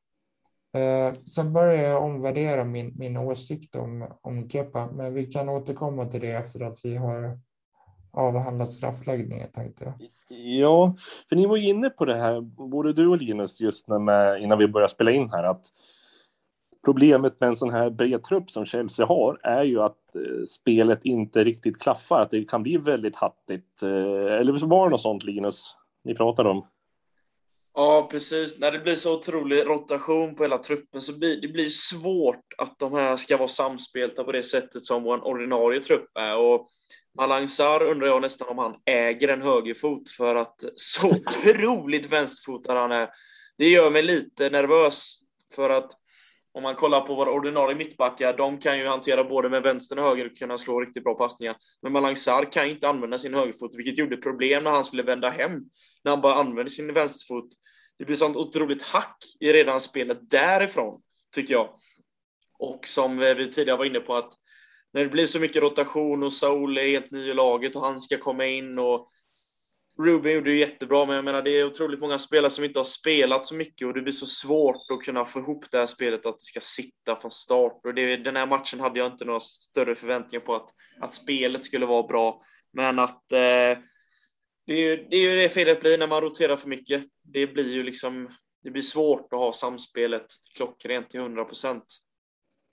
Eh, sen börjar jag omvärdera min, min åsikt om, om Kepa, men vi kan återkomma till det efter att vi har avhandlat straffläggningen, tänkte jag.
Ja, för ni var inne på det här, både du och Linus, just när med, innan vi började spela in här, att problemet med en sån här bred trupp som Chelsea har är ju att eh, spelet inte riktigt klaffar, att det kan bli väldigt hattigt. Eh, eller var det något sånt, Linus, ni pratade om?
Ja, precis. När det blir så otrolig rotation på hela truppen så blir det blir svårt att de här ska vara samspelta på det sättet som vår ordinarie trupp är. Och Malang Sarr undrar jag nästan om han äger en högerfot, för att så otroligt vänsterfotad han är. Det gör mig lite nervös, för att om man kollar på våra ordinarie mittbackar, de kan ju hantera både med vänster och höger och kunna slå riktigt bra passningar. Men Malang Sarr kan inte använda sin högerfot, vilket gjorde problem när han skulle vända hem. När han bara använde sin vänsterfot. Det blir sånt otroligt hack i redan spelet därifrån, tycker jag. Och som vi tidigare var inne på, att när det blir så mycket rotation och Saul är helt ny i laget och han ska komma in, och Ruben gjorde det jättebra, men jag menar det är otroligt många spelare som inte har spelat så mycket, och det blir så svårt att kunna få ihop det här spelet att det ska sitta från start. Och det, den här matchen hade jag inte några större förväntningar på att, att spelet skulle vara bra, men att eh, det är ju det, är ju det felet blir när man roterar för mycket. Det blir ju liksom, det blir svårt att ha samspelet klockrent till hundra procent.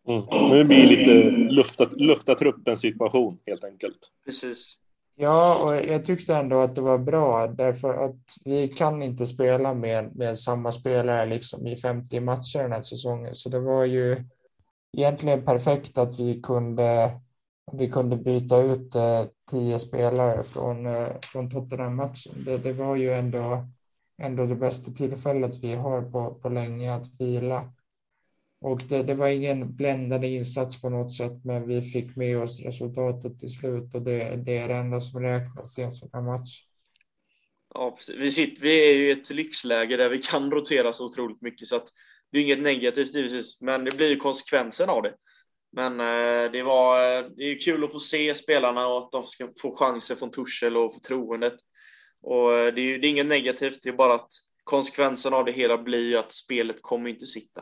Mm. Nu blir det lite lufta, lufta truppen situation helt enkelt.
Precis.
Ja, och jag tyckte ändå att det var bra därför att vi kan inte spela med, med samma spelare liksom i femtio matcher den här säsongen. Så det var ju egentligen perfekt att vi kunde, vi kunde byta ut eh, tio spelare från, eh, från Tottenham-matchen. Det, det var ju ändå, ändå det bästa tillfället vi har på, på länge att vila. Och det, det var ingen bländande insats på något sätt, men vi fick med oss resultatet till slut och det, det är det enda som räknas i en sån här match.
Ja, precis. Vi, sitter, vi är ju i ett lyxläge där vi kan rotera så otroligt mycket så att det är inget negativt givetvis, men det blir ju konsekvensen av det. Men eh, det var det är kul att få se spelarna och att de ska få chanser från Tuchel och förtroendet. Och eh, det, är, det är inget negativt, det är bara att konsekvensen av det hela blir att spelet kommer inte sitta.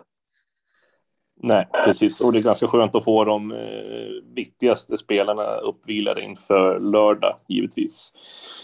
Nej, precis. Och det är ganska skönt att få de eh, viktigaste spelarna uppvilade inför lördag, givetvis.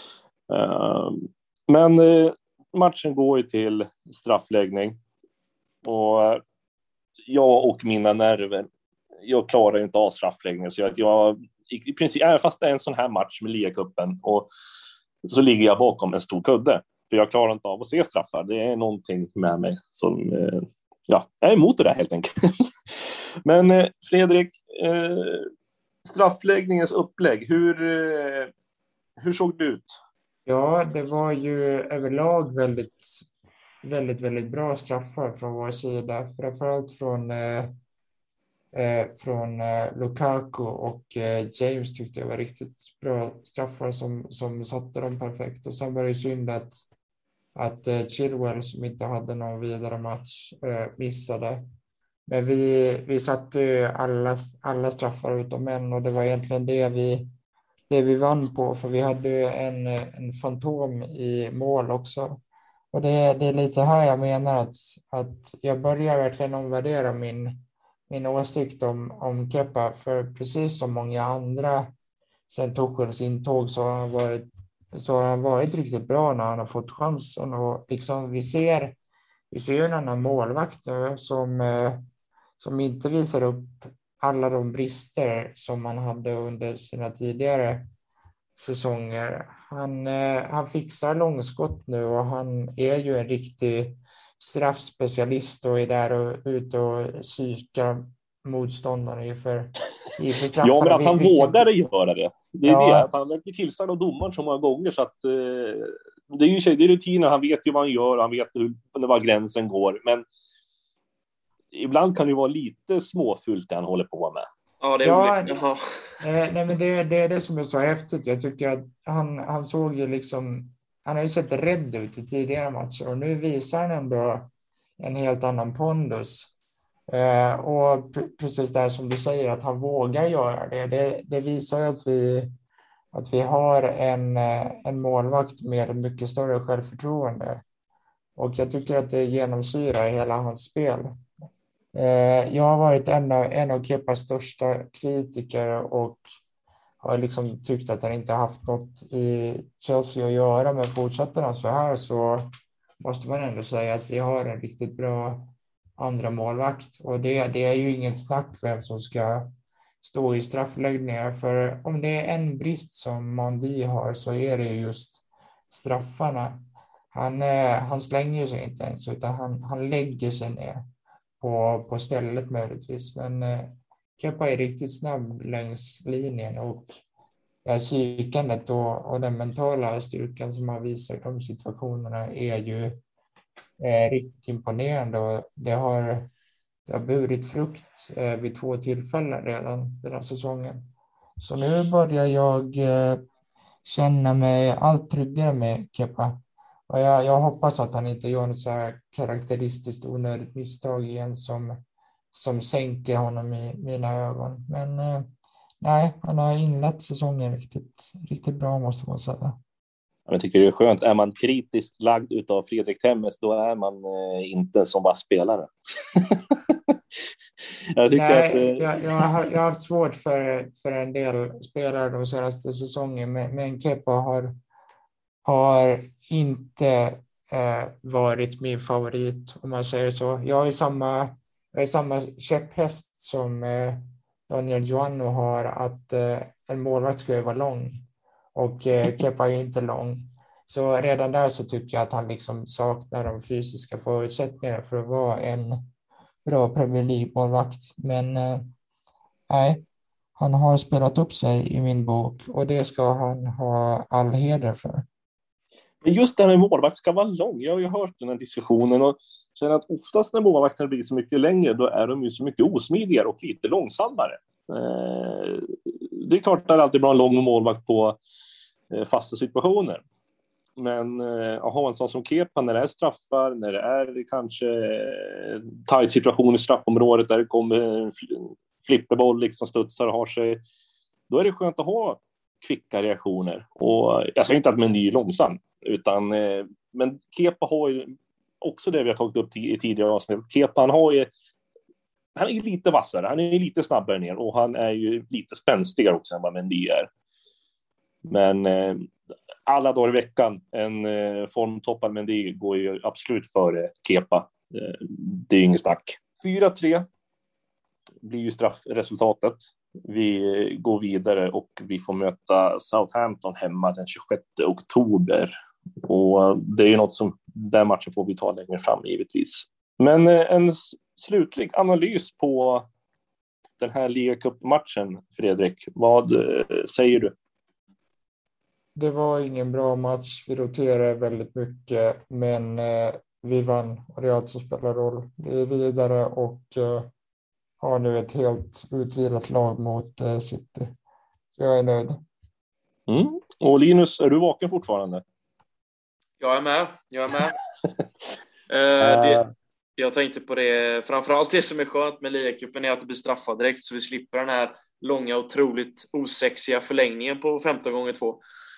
Uh, men eh, matchen går ju till straffläggning. Och eh, jag och mina nerver, jag klarar inte av straffläggning. Så jag, jag i princip, även fast det är en sån här match med Ligacupen och så ligger jag bakom en stor kudde. För jag klarar inte av att se straffar. Det är någonting med mig som... Eh, Ja, jag är emot det där helt enkelt. Men eh, Fredrik, eh, straffläggningens upplägg, hur, eh, hur såg det ut?
Ja, det var ju överlag väldigt, väldigt, väldigt bra straffar från vår sida. Framförallt från, eh, eh, från eh, Lukaku och eh, James tyckte jag var riktigt bra straffar som, som satte dem perfekt. Och sen var det synd att att uh, Chilwell som inte hade någon vidare match uh, missade. Men vi, vi satte alla, alla straffar utom en och det var egentligen det vi, det vi vann på för vi hade en, en fantom i mål också. Och det, det är lite här jag menar att, att jag börjar verkligen omvärdera min, min åsikt om, om Kepa för precis som många andra sen Tuchels intåg så har han varit så har han varit riktigt bra när han har fått chansen och liksom vi ser vi ser en annan målvakt nu som, eh, som inte visar upp alla de brister som man hade under sina tidigare säsonger. Han, eh, han fixar långskott nu och han är ju en riktig straffspecialist och är där och ute och psykar motståndare inför, inför straffar.
Ja, men att han
Vilket...
vågade göra det. Det är
ja.
det, att han blir tillsagd av domaren så många gånger så att eh, det är ju det är rutiner, han vet ju vad han gör, han vet hur, var gränsen går, men ibland kan det ju vara lite småfullt det han håller på med.
Ja, det är
ja,
olika. Ja.
Eh, nej, men det, det är det som är så häftigt. Jag tycker att han, han såg ju liksom, han har ju sett rädd ut i tidigare matcher och nu visar han ändå en helt annan pondus. Eh, och p- precis där som du säger att han vågar göra det. Det, det visar ju att vi, att vi har en, en målvakt med mycket större självförtroende. Och jag tycker att det genomsyrar hela hans spel. Eh, jag har varit en av, en av Kepas största kritiker och har liksom tyckt att han inte haft något i Chelsea att göra. Men fortsätter han så här så måste man ändå säga att vi har en riktigt bra andra målvakt. Och det, det är ju inget snack vem som ska stå i straffläggningar. För om det är en brist som Mandi har så är det just straffarna. Han, han slänger sig inte ens utan han, han lägger sig ner på, på stället möjligtvis. Men eh, Kepa är riktigt snabb längs linjen och det här psykandet och, och den mentala styrkan som han visar i de situationerna är ju eh, riktigt imponerande och det har, det har burit frukt eh, vid två tillfällen redan den här säsongen. Så nu börjar jag eh, känna mig allt tryggare med Kepa. Och jag, jag hoppas att han inte gör något så här karaktäristiskt onödigt misstag igen som, som sänker honom i mina ögon. Men eh, nej, han har inlett säsongen riktigt, riktigt bra måste man säga.
Jag tycker det är skönt. Är man kritiskt lagd utav Fredrik Temmes då är man eh, inte som bara spelare. jag tycker
nej,
att, eh...
jag, jag, har, jag har haft svårt för, för en del spelare de senaste säsongen men, men Kepa har har inte eh, varit min favorit om man säger så. Jag har ju samma, är samma käpphäst som eh, Daniel Joannou har, att eh, en målvakt ska ju vara lång och eh, Kepa är inte lång. Så redan där så tycker jag att han liksom saknar de fysiska förutsättningarna för att vara en bra Premier League-målvakt. Men eh, nej, han har spelat upp sig i min bok och det ska han ha all heder för.
Men just det här med målvakt ska vara lång. Jag har ju hört den här diskussionen och känner att oftast när målvakterna blir så mycket längre, då är de ju så mycket osmidigare och lite långsammare. Eh, det är klart att det är alltid bra en lång målvakt på eh, fasta situationer. Men eh, att ha en sån som Kepa när det är straffar, när det är kanske eh, tajt situation i straffområdet där det kommer en flipperboll liksom studsar och har sig, då är det skönt att ha kvicka reaktioner. Och jag säger inte att Mendy är långsam, utan eh, men Kepa har ju också det vi har tagit upp t- i tidigare avsnitt. Kepa, han har ju, han är lite vassare, han är lite snabbare ner och han är ju lite spänstigare också än vad Mendy är. Men eh, alla dagar i veckan en eh, formtoppad Mendy går ju absolut före Kepa. Eh, det är ju inget snack. fyra tre blir ju straffresultatet. Vi går vidare och vi får möta Southampton hemma den tjugosjätte oktober. Och det är ju något som den matchen får vi ta längre fram givetvis. Men en slutlig analys på den här ligacupmatchen, Fredrik. Vad säger du?
Det var ingen bra match. Vi roterade väldigt mycket, men eh, vi vann och det är allt som spelar roll. Vi är vidare och eh, har nu ett helt utvilat lag mot eh, City. Så jag är nöjd.
Mm. Och Linus, är du vaken fortfarande?
Jag är med, jag är med. uh, det, jag tänkte på det, framförallt det som är skönt med ligacupen är att det blir straffad direkt, så vi slipper den här långa, otroligt osexiga förlängningen på femton gånger två.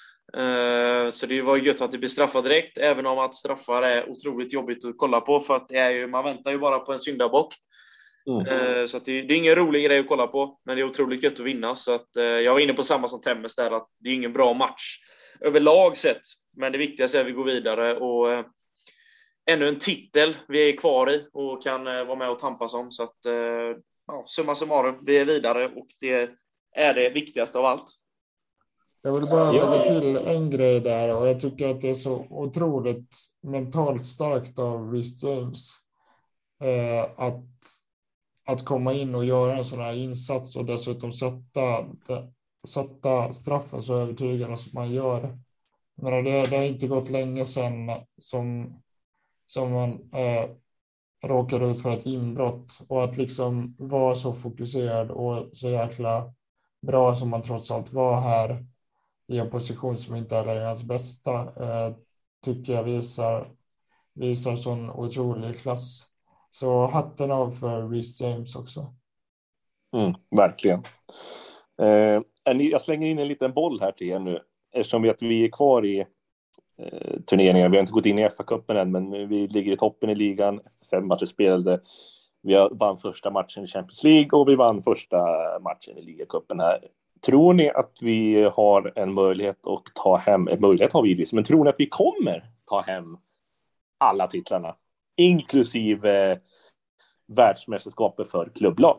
Uh, så det var gött att det blir straffad direkt, även om att straffar är otroligt jobbigt att kolla på, för att det är ju, man väntar ju bara på en syndabock. Mm. Uh, så att det, det är ingen rolig grej att kolla på, men det är otroligt gött att vinna. Så att, uh, jag var inne på samma som Temmes där, att det är ingen bra match överlag sett, men det viktigaste är att vi går vidare och uh, ännu en titel vi är kvar i och kan uh, vara med och tampas om. Så att uh, ja, summa summarum, vi är vidare och det är det viktigaste av allt.
Jag vill bara lägga till en grej där, och jag tycker att det är så otroligt mentalt starkt av Reece James eh, att, att komma in och göra en sån här insats och dessutom sätta, sätta straffen så övertygande som man gör. Men det, det har inte gått länge sedan som, som man eh, råkar ut för ett inbrott, och att liksom vara så fokuserad och så jäkla bra som man trots allt var här i en position som inte är hans bästa, eh, tycker jag visar, visar sån otrolig klass. Så hatten av för Reece James också.
Mm, verkligen. Eh, jag slänger in en liten boll här till er nu, eftersom vi, att vi är kvar i eh, turneringar. Vi har inte gått in i F A-cupen än, men vi ligger i toppen i ligan efter fem matcher spelade. Vi vann första matchen i Champions League och vi vann första matchen i ligacupen här. Tror ni att vi har en möjlighet att ta hem, en möjlighet har vi visst, men tror ni att vi kommer ta hem alla titlarna, inklusive världsmästerskapet för klubblag?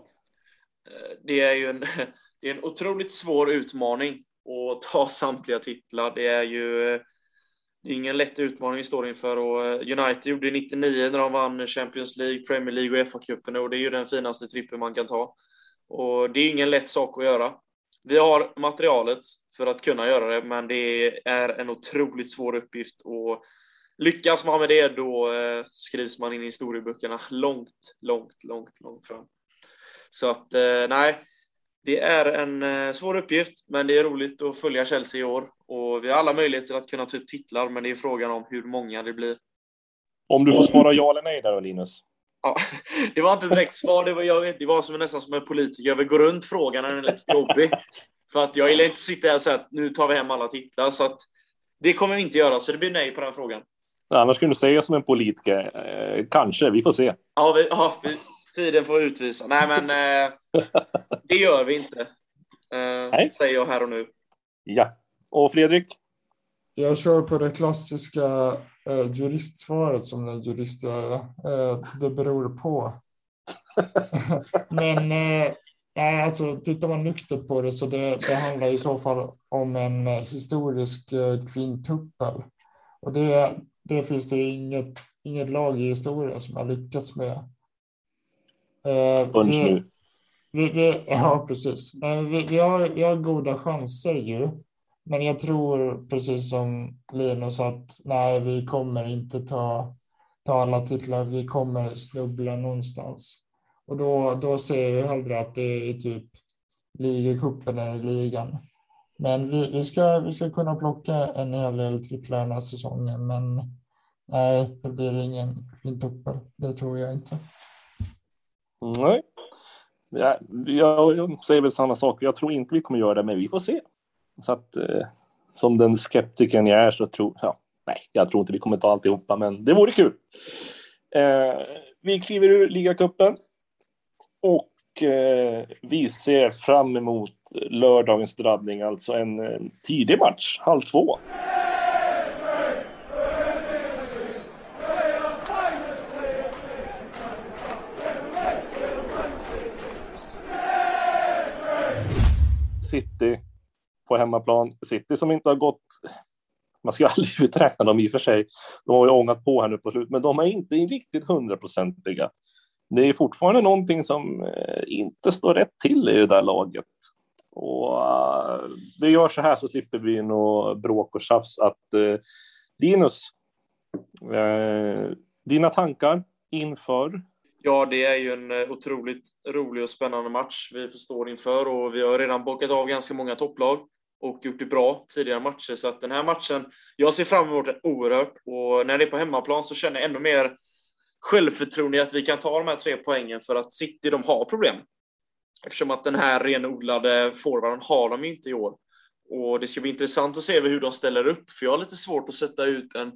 Det är ju en, det är en otroligt svår utmaning att ta samtliga titlar. Det är ju det är ingen lätt utmaning vi står inför, och United gjorde nittionio när de vann Champions League, Premier League och F A-cupen, och det är ju den finaste trippen man kan ta. Och det är ingen lätt sak att göra. Vi har materialet för att kunna göra det, men det är en otroligt svår uppgift, och lyckas man med det, då skrivs man in i historieböckerna långt, långt, långt, långt fram. Så att nej, det är en svår uppgift, men det är roligt att följa Chelsea i år, och vi har alla möjligheter att kunna ta ut titlar, men det är frågan om hur många det blir.
Om du får svara ja eller nej där då, Linus?
Ja, det var inte direkt svar. Det var, jag, det var som nästan som en politiker. Jag vill gå runt frågan när den är lite jobbig. För att jag gillar inte att sitta här och säga att nu tar vi hem alla titlar. Så att det kommer vi inte göra. Så det blir nej på den frågan.
Annars skulle du säga som en politiker. Eh, kanske, vi får se.
Ja, vi, ja vi, tiden får utvisa. Nej, men eh, det gör vi inte. Eh, nej. Säger jag här och nu.
Ja. Och Fredrik?
Jag kör på det klassiska eh, juristsvaret som den jurist jag är. Eh, det beror på. Men eh, nej, alltså, tittar man nyktert på det så det, det handlar i så fall om en eh, historisk eh, kvintuppel. Och det, det finns det inget, inget lag i historien som har lyckats med. Eh, vi, vi, vi, ja, precis. Nej, vi, vi, har, vi har goda chanser ju. Men jag tror, precis som Linus, att nej, vi kommer inte ta, ta alla titlar. Vi kommer snubbla någonstans. Och då, då ser jag hellre att det är typ ligacupen eller ligan. Men vi, vi, ska, vi ska kunna plocka en hel del titlar den här säsongen. Men nej, det blir ingen kvintuppel. Det tror jag inte.
Nej. Ja, jag, jag säger väl samma sak. Jag tror inte vi kommer göra det, men vi får se. Så att eh, som den skeptiken jag är så tror ja, nej, jag tror inte vi kommer ta alltihopa, men det vore kul. Eh, vi kliver ur ligacupen och eh, vi ser fram emot lördagens drabbning, alltså en, en tidig match, halv två. City på hemmaplan. City som inte har gått, man ska ju aldrig uträkna dem i och för sig, de har ju ångat på här nu på slut, men de är inte riktigt hundraprocentiga. Det är fortfarande någonting som eh, inte står rätt till i det där laget. Och uh, vi gör så här så slipper vi något bråk och tjafs. Att uh, Linus, uh, dina tankar inför?
Ja, det är ju en otroligt rolig och spännande match vi förstår inför, och vi har redan bockat av ganska många topplag och gjort det bra tidigare matcher, så att den här matchen, jag ser fram emot den oerhört, och när det är på hemmaplan så känner jag ännu mer självförtroende i att vi kan ta de här tre poängen, för att City, de har problem. Eftersom att den här renodlade forwarden har de inte i år. Och det ska bli intressant att se hur de ställer upp, för jag har lite svårt att sätta ut en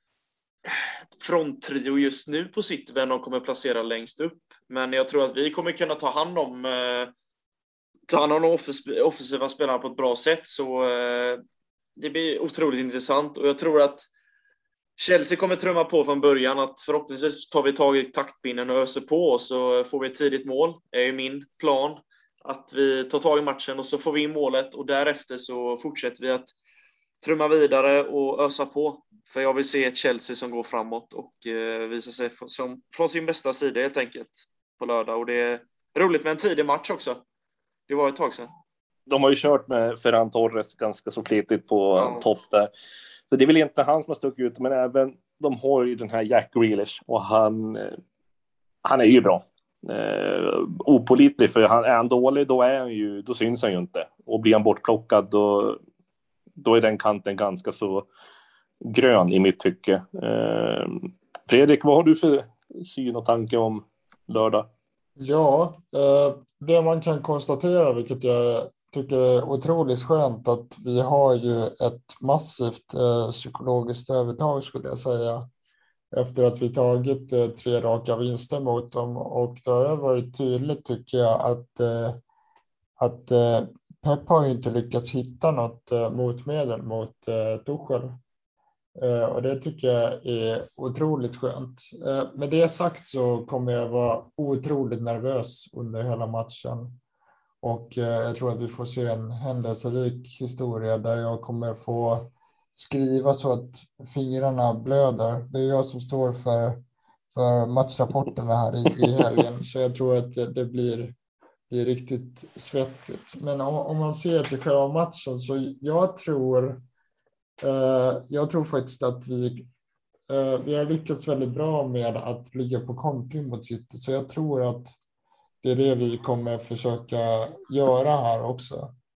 fronttrio just nu på City, vem de kommer placera längst upp. Men jag tror att vi kommer kunna ta hand om eh, ta hand om de offens- offensiva spelarna på ett bra sätt, så eh, det blir otroligt intressant. Och jag tror att Chelsea kommer trumma på från början, att förhoppningsvis tar vi tag i taktpinnen och öser på, och så får vi ett tidigt mål. Det är min plan, att vi tar tag i matchen och så får vi in målet, och därefter så fortsätter vi att trumma vidare och ösa på. För jag vill se ett Chelsea som går framåt och eh, visar sig som, från sin bästa sida helt enkelt på lördag. Och det är roligt med en tidig match också. Det var ett tag sedan.
De har ju kört med Ferran Torres ganska så flitigt på
Ja.
topp där. Så det är väl inte han som har stuckit ut, men även de har ju den här Jack Grealish, och han, han är ju bra. Eh, opålitlig, för han, är han dålig då, är han ju, då syns han ju inte. Och blir han bortplockad då, då är den kanten ganska så grön i mitt tycke. Eh, Fredrik, vad har du för syn och tanke om lördag?
Ja, eh, det man kan konstatera, vilket jag tycker är otroligt skönt, att vi har ju ett massivt eh, psykologiskt övertag, skulle jag säga, efter att vi tagit eh, tre raka vinster mot dem. Och det har varit tydligt, tycker jag, att, eh, att eh, Pep har inte lyckats hitta något eh, motmedel mot eh, Tuchel. Uh, och det tycker jag är otroligt skönt. Uh, med det sagt så kommer jag vara otroligt nervös under hela matchen. Och uh, jag tror att vi får se en händelserik historia där jag kommer få skriva så att fingrarna blöder. Det är jag som står för, för matchrapporterna här i, i helgen. Så jag tror att det, det blir, blir riktigt svettigt. Men om, om man ser till själva matchen, så jag tror... Uh, jag tror faktiskt att vi, uh, vi har lyckats väldigt bra med att ligga på kontring mot City. Så jag tror att det är det vi kommer försöka göra här också.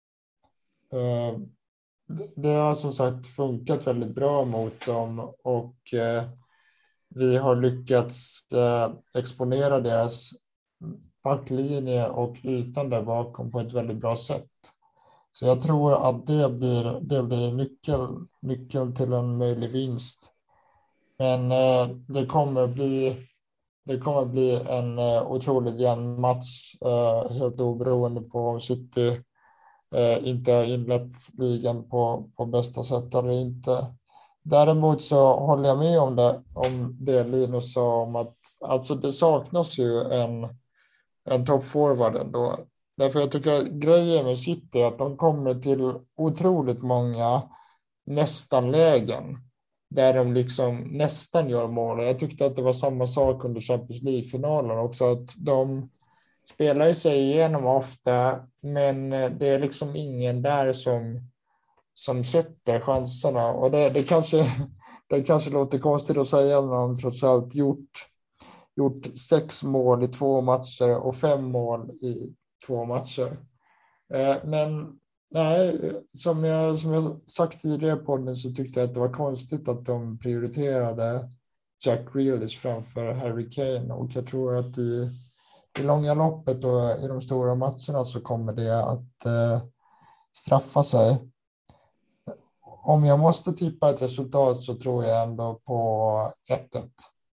Uh, det, det har som sagt funkat väldigt bra mot dem, och uh, vi har lyckats uh, exponera deras backlinje och ytan där bakom på ett väldigt bra sätt. Så jag tror att det blir, det blir nyckel, nyckel till en möjlig vinst. Men eh, det kommer bli, det kommer bli en eh, otroligt jämn match, eh, helt oberoende på om City eh, inte har inlett ligan på, på bästa sätt eller inte. Däremot så håller jag med om det, om det Linus sa om att alltså det saknas ju en en toppforward ändå. Därför jag tycker att grejen med City är att de kommer till otroligt många nästan lägen där de liksom nästan gör mål. Jag tyckte att det var samma sak under Champions League-finalen också, att de spelar sig igenom ofta, men det är liksom ingen där som, som sätter chanserna. Och det, det, kanske, det kanske låter konstigt att säga när de trots allt gjort, gjort sex mål i två matcher och fem mål i två matcher. Men nej, som jag, som jag sagt tidigare på den så tyckte jag att det var konstigt att de prioriterade Jack Grealish framför Harry Kane, och jag tror att i, i långa loppet och i de stora matcherna så kommer det att eh, straffa sig. Om jag måste tippa ett resultat så tror jag ändå på ett ett.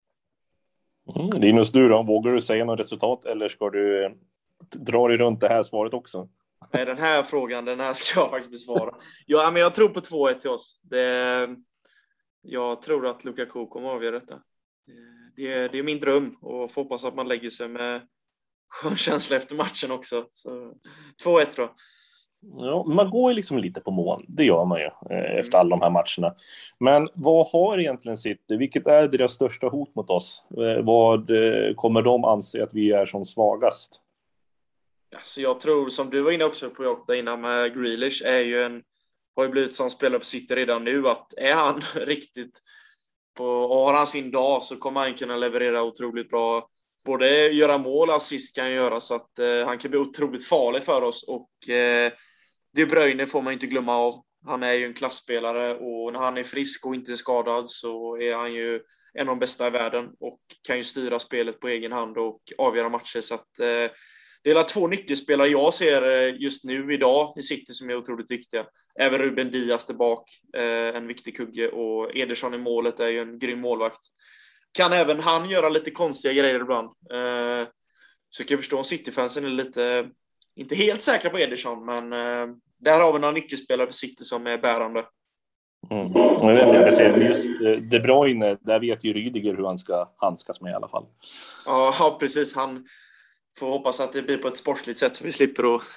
Mm, Linus, du då? Vågar du säga något resultat eller ska du dra dig runt det här svaret också?
Nej, den här frågan, den här ska jag faktiskt besvara. Ja, men jag tror på två ett till oss. Det, jag tror att Lukaku kommer att avgöra detta. Det är, det är min dröm och får hoppas att man lägger sig med skön känsla efter matchen också. Så två ett tror jag.
Ja, man går ju liksom lite på mål. Det gör man ju eh, efter alla de här matcherna. Men vad har egentligen City? Vilket är deras största hot mot oss? Eh, vad eh, kommer de anse att vi är som svagast?
Alltså jag tror, som du var inne också på Jokta innan med Grealish, är ju en, har ju blivit som spelare på City redan nu, att är han riktigt på, och har han sin dag så kommer han kunna leverera otroligt bra. Både göra mål och assist kan han göra, så att eh, han kan bli otroligt farlig för oss. Och eh, De Bruyne får man inte glömma av. Han är ju en klassspelare och när han är frisk och inte skadad så är han ju en av de bästa i världen och kan ju styra spelet på egen hand och avgöra matcher. Så att eh, det är två nyckelspelare jag ser just nu idag i City som är otroligt viktiga. Även Ruben Dias där bak, eh, en viktig kugge, och Ederson i målet är ju en grym målvakt. Kan även han göra lite konstiga grejer ibland. Eh, så kan jag förstå om City-fansen är lite, inte helt säkra på Ederson, men eh, där har vi några nyckelspelare på City som är bärande.
Mm. Jag vet inte, jag säger, just De Bruyne, där vet ju Rydiger hur han ska handskas med i alla fall.
Ja, ja precis. Han får hoppas att det blir på ett sportsligt sätt så vi slipper att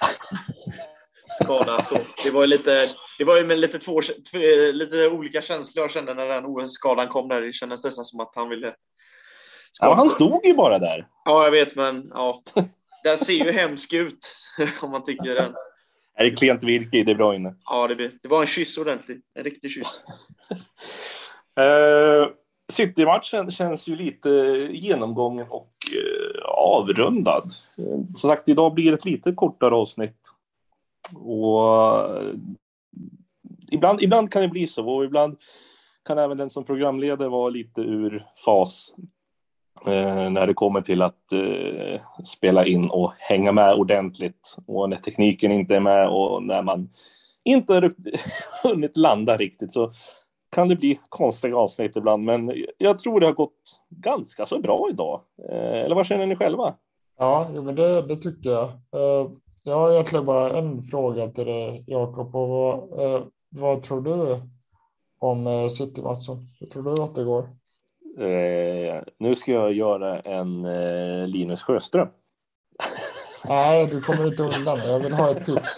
skada. Så det var ju lite, det var ju med lite, två, lite olika känslor jag kände när den skadan kom där. Det kändes nästan som att han ville skada.
Ja, han stod ju bara där.
Ja, jag vet, men ja. Den ser ju hemsk ut om man tycker den.
Är det klent virke i De Bruyne?
Ja, det, det var en kyss ordentligt. En riktig kyss.
uh, City-matchen känns ju lite genomgången och uh, avrundad. Uh, som sagt, idag blir det ett lite kortare avsnitt. Och uh, ibland, ibland kan det bli så. Och ibland kan även den som programledare vara lite ur fas. Uh, när det kommer till att uh, spela in och hänga med ordentligt, och när tekniken inte är med och när man inte har hunnit landa riktigt, så kan det bli konstiga avsnitt ibland, men jag tror det har gått ganska så bra idag. Uh, eller vad känner ni själva?
Ja, men det, det tycker jag. Uh, jag har egentligen bara en fråga till dig, Jakob, och vad, uh, vad tror du om uh, City-matchen? Hur tror du att det går?
Eh, nu ska jag göra en eh, Linus Sjöström.
Nej, du kommer inte undan. Jag vill ha ett tips.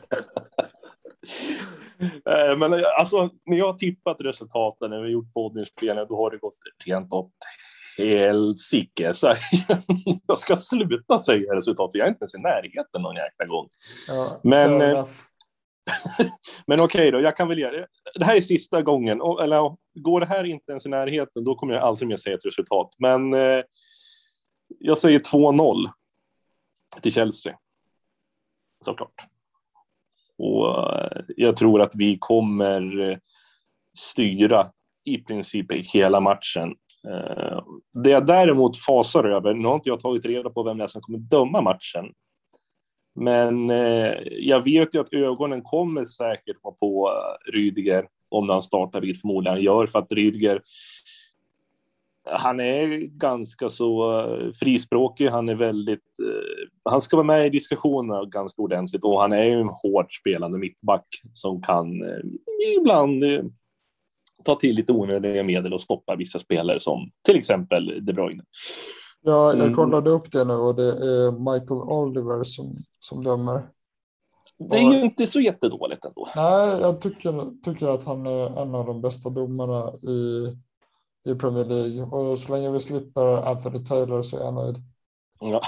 eh, men alltså, när jag har tippat resultaten, när vi har gjort poddinspelningar, då har det gått rent åt helsike. Så jag ska sluta säga resultat, för jag är inte ens i närheten någon jäkla gång.
Ja,
men men okej då, jag kan väl göra det. Det här är sista gången, eller går det här inte ens i närheten, då kommer jag aldrig mer säga ett resultat. Men eh, jag säger två noll till Chelsea. Såklart. Och eh, jag tror att vi kommer styra i princip hela matchen. Eh, det jag däremot fasar över, nu har inte jag tagit reda på vem det är som kommer döma matchen. Men eh, jag vet ju att ögonen kommer säkert vara på Rydiger om han startar, vilket förmodligen han gör, för att Rydiger, han är ganska så frispråkig, han är väldigt eh, han ska vara med i diskussionerna ganska ordentligt, och han är ju en hårt spelande mittback som kan eh, ibland eh, ta till lite onödiga medel och stoppa vissa spelare som till exempel De Bruyne.
Ja, jag kollade upp det nu och det är Michael Oliver som, som dömer.
Det är ju inte så jättedåligt ändå.
Nej, jag tycker, tycker att han är en av de bästa domarna i, i Premier League. Och så länge vi slipper Anthony Taylor så är jag nöjd.
Ja.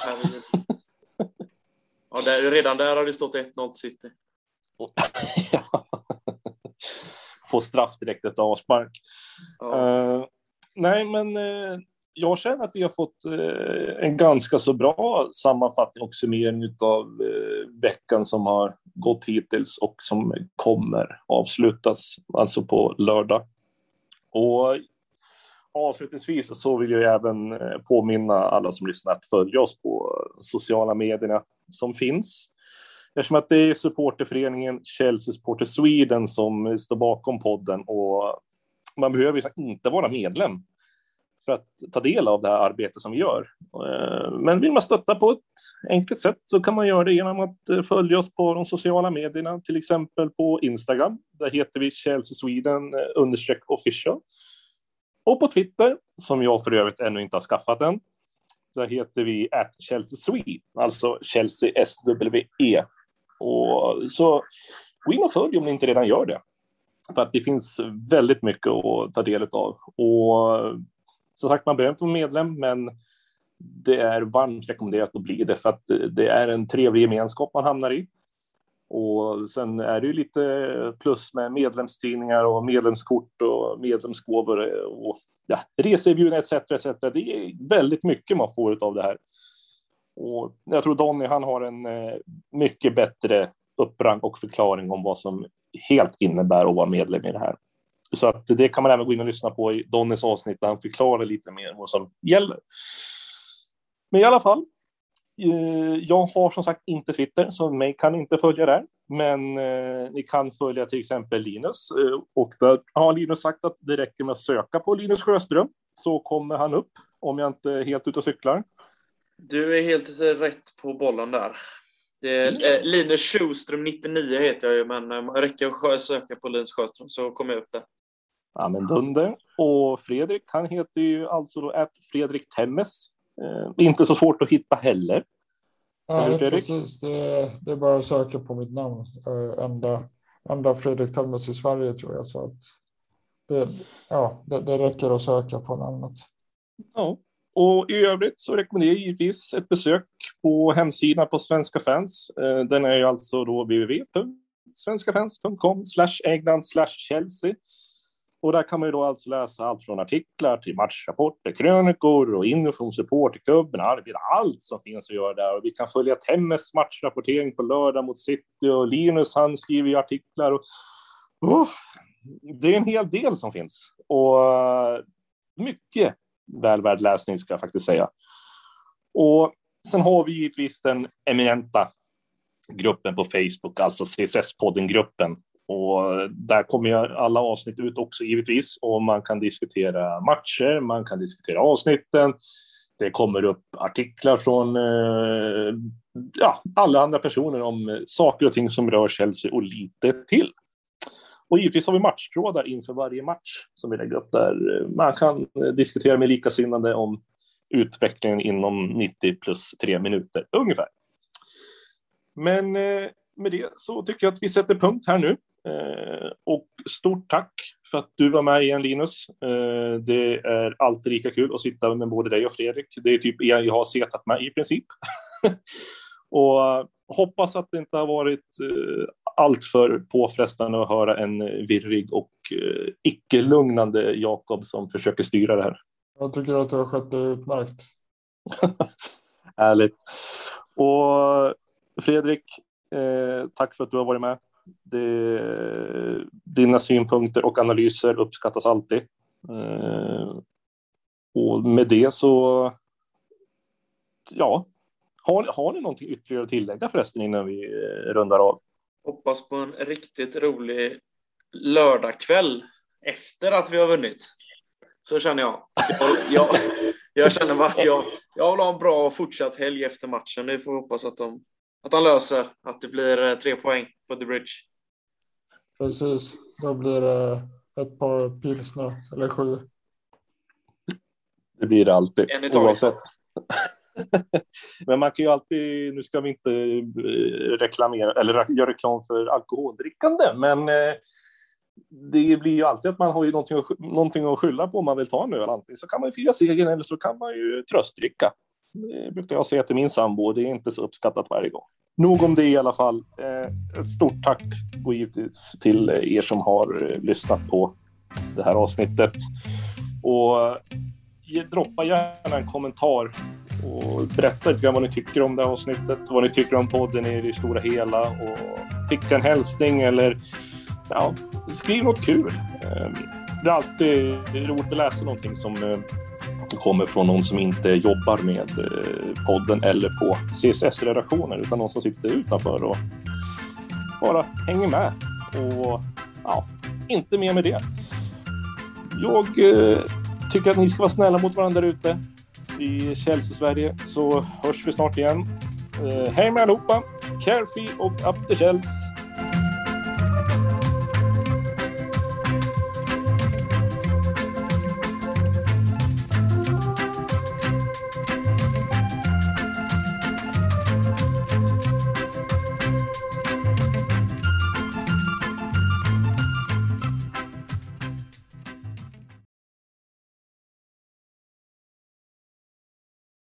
Ja, där, redan där har det stått ett noll City.
Ja. Få straff direkt efter avspark. Ja. Uh, nej, men uh, jag känner att vi har fått uh, en ganska så bra sammanfattning och summering av uh, veckan som har gått hittills och som kommer avslutas alltså på lördag. Och avslutningsvis så vill jag även påminna alla som lyssnar att följa oss på sociala medierna som finns. Eftersom att det är supporterföreningen Chelsea Supporter Sweden som står bakom podden och man behöver inte vara medlem för att ta del av det här arbetet som vi gör. Men vill man stötta på ett enkelt sätt så kan man göra det genom att följa oss på de sociala medierna, till exempel på Instagram. Där heter vi Chelsea Sweden understreck official. Och på Twitter, som jag för övrigt ännu inte har skaffat än, där heter vi at Chelsea Sweden, alltså Chelsea S W E. Och så gå in och följ om ni inte redan gör det. För att det finns väldigt mycket att ta del av. Och som sagt, man behöver inte vara medlem, men det är varmt rekommenderat att bli det. För att det är en trevlig gemenskap man hamnar i. Och sen är det ju lite plus med medlemstidningar och medlemskort och medlemsgåvor och ja, reseerbjudanden et cetera et cetera. Det är väldigt mycket man får av det här. Och jag tror Donny, han har en mycket bättre upprang och förklaring om vad som helt innebär att vara medlem i det här. Så att det kan man även gå in och lyssna på i Donnys avsnitt där han förklarar lite mer vad som gäller. Men i alla fall, jag har som sagt inte Twitter, så mig kan inte följa där. Men eh, ni kan följa till exempel Linus. Eh, och där har Linus sagt att det räcker med att söka på Linus Sjöström. Så kommer han upp, om jag inte är helt ute och cyklar.
Du är helt rätt på bollen där. Det är, eh, Linus Sjöström nittionio heter jag ju, men eh, det räcker att söka på Linus Sjöström så kommer jag upp där.
Ja, men dunder. Och Fredrik, han heter ju alltså då att Fredrik Temmes. Eh, inte så svårt att hitta heller.
Ja, precis. Det, det är bara att söka på mitt namn. Enda, enda Fredrik Temmes i Sverige tror jag. Så att det, ja, det, det räcker att söka på namnet.
Ja, och i övrigt så rekommenderar jag givetvis ett besök på hemsidan på Svenska Fans. Den är ju alltså då w w w punkt svenskafans punkt com slash England slash Chelsea. Och där kan man ju då alltså läsa allt från artiklar till matchrapporter, krönikor och info från supporterklubben, allt som finns att göra där. Och vi kan följa Temmes matchrapportering på lördag mot City och Linus, han skriver ju artiklar. Och, oh, det är en hel del som finns. Och mycket välvärd läsning ska jag faktiskt säga. Och sen har vi givetvis den eminenta gruppen på Facebook, alltså C S S-podden-gruppen. Och där kommer ju alla avsnitt ut också givetvis. Och man kan diskutera matcher, man kan diskutera avsnitten. Det kommer upp artiklar från eh, ja, alla andra personer om saker och ting som rör Chelsea och lite till. Och givetvis har vi matchtrådar inför varje match som vi lägger upp där. Man kan diskutera med likasinnade om utvecklingen inom nittio plus tre minuter ungefär. Men eh, med det så tycker jag att vi sätter punkt här nu. Eh, och stort tack för att du var med igen, Linus. Eh, det är alltid lika kul att sitta med både dig och Fredrik. Det är typ er jag har setat med i princip. Och hoppas att det inte har varit eh, allt för påfrestande att höra en virrig och eh, icke-lugnande Jakob som försöker styra det här.
Jag tycker att du har skött det utmärkt.
Härligt. Och Fredrik, eh, tack för att du har varit med. Det, dina synpunkter och analyser uppskattas alltid. Eh, och med det så ja, har, har ni någonting ytterligare att tillägga förresten innan vi eh, rundar av?
Hoppas på en riktigt rolig lördagkväll efter att vi har vunnit. Så känner jag. Jag, jag, jag känner bara att jag, jag vill ha en bra fortsatt helg efter matchen. Det får vi hoppas att de, att de löser. Att det blir tre poäng på The Bridge.
Precis. Då blir det ett par pilsner eller sju.
Det blir det alltid. Oavsett. Men man kan ju alltid, nu ska vi inte reklamera eller göra reklam för alkoholdrickande, men det blir ju alltid att man har ju någonting att, någonting att skylla på om man vill ta en öl. Antingen så kan man ju fira segern eller så kan man ju tröstdricka. Det brukar jag säga till min sambo, det är inte så uppskattat varje gång. Nog om det i alla fall. Ett stort tack och givetvis till er som har lyssnat på det här avsnittet. Och droppa gärna en kommentar och berätta lite vad ni tycker om det här avsnittet, vad ni tycker om podden i det stora hela, och skicka en hälsning eller ja, skriv något kul. Det är alltid roligt att läsa någonting som kommer från någon som inte jobbar med podden eller på C S S-redaktioner, utan någon som sitter utanför och bara hänger med. Och ja, inte mer med det. Jag eh, tycker att ni ska vara snälla mot varandra ute i Chelsea-Sverige, så hörs vi snart igen. Eh, hej med allihopa, Carefree och Up the Chelsea.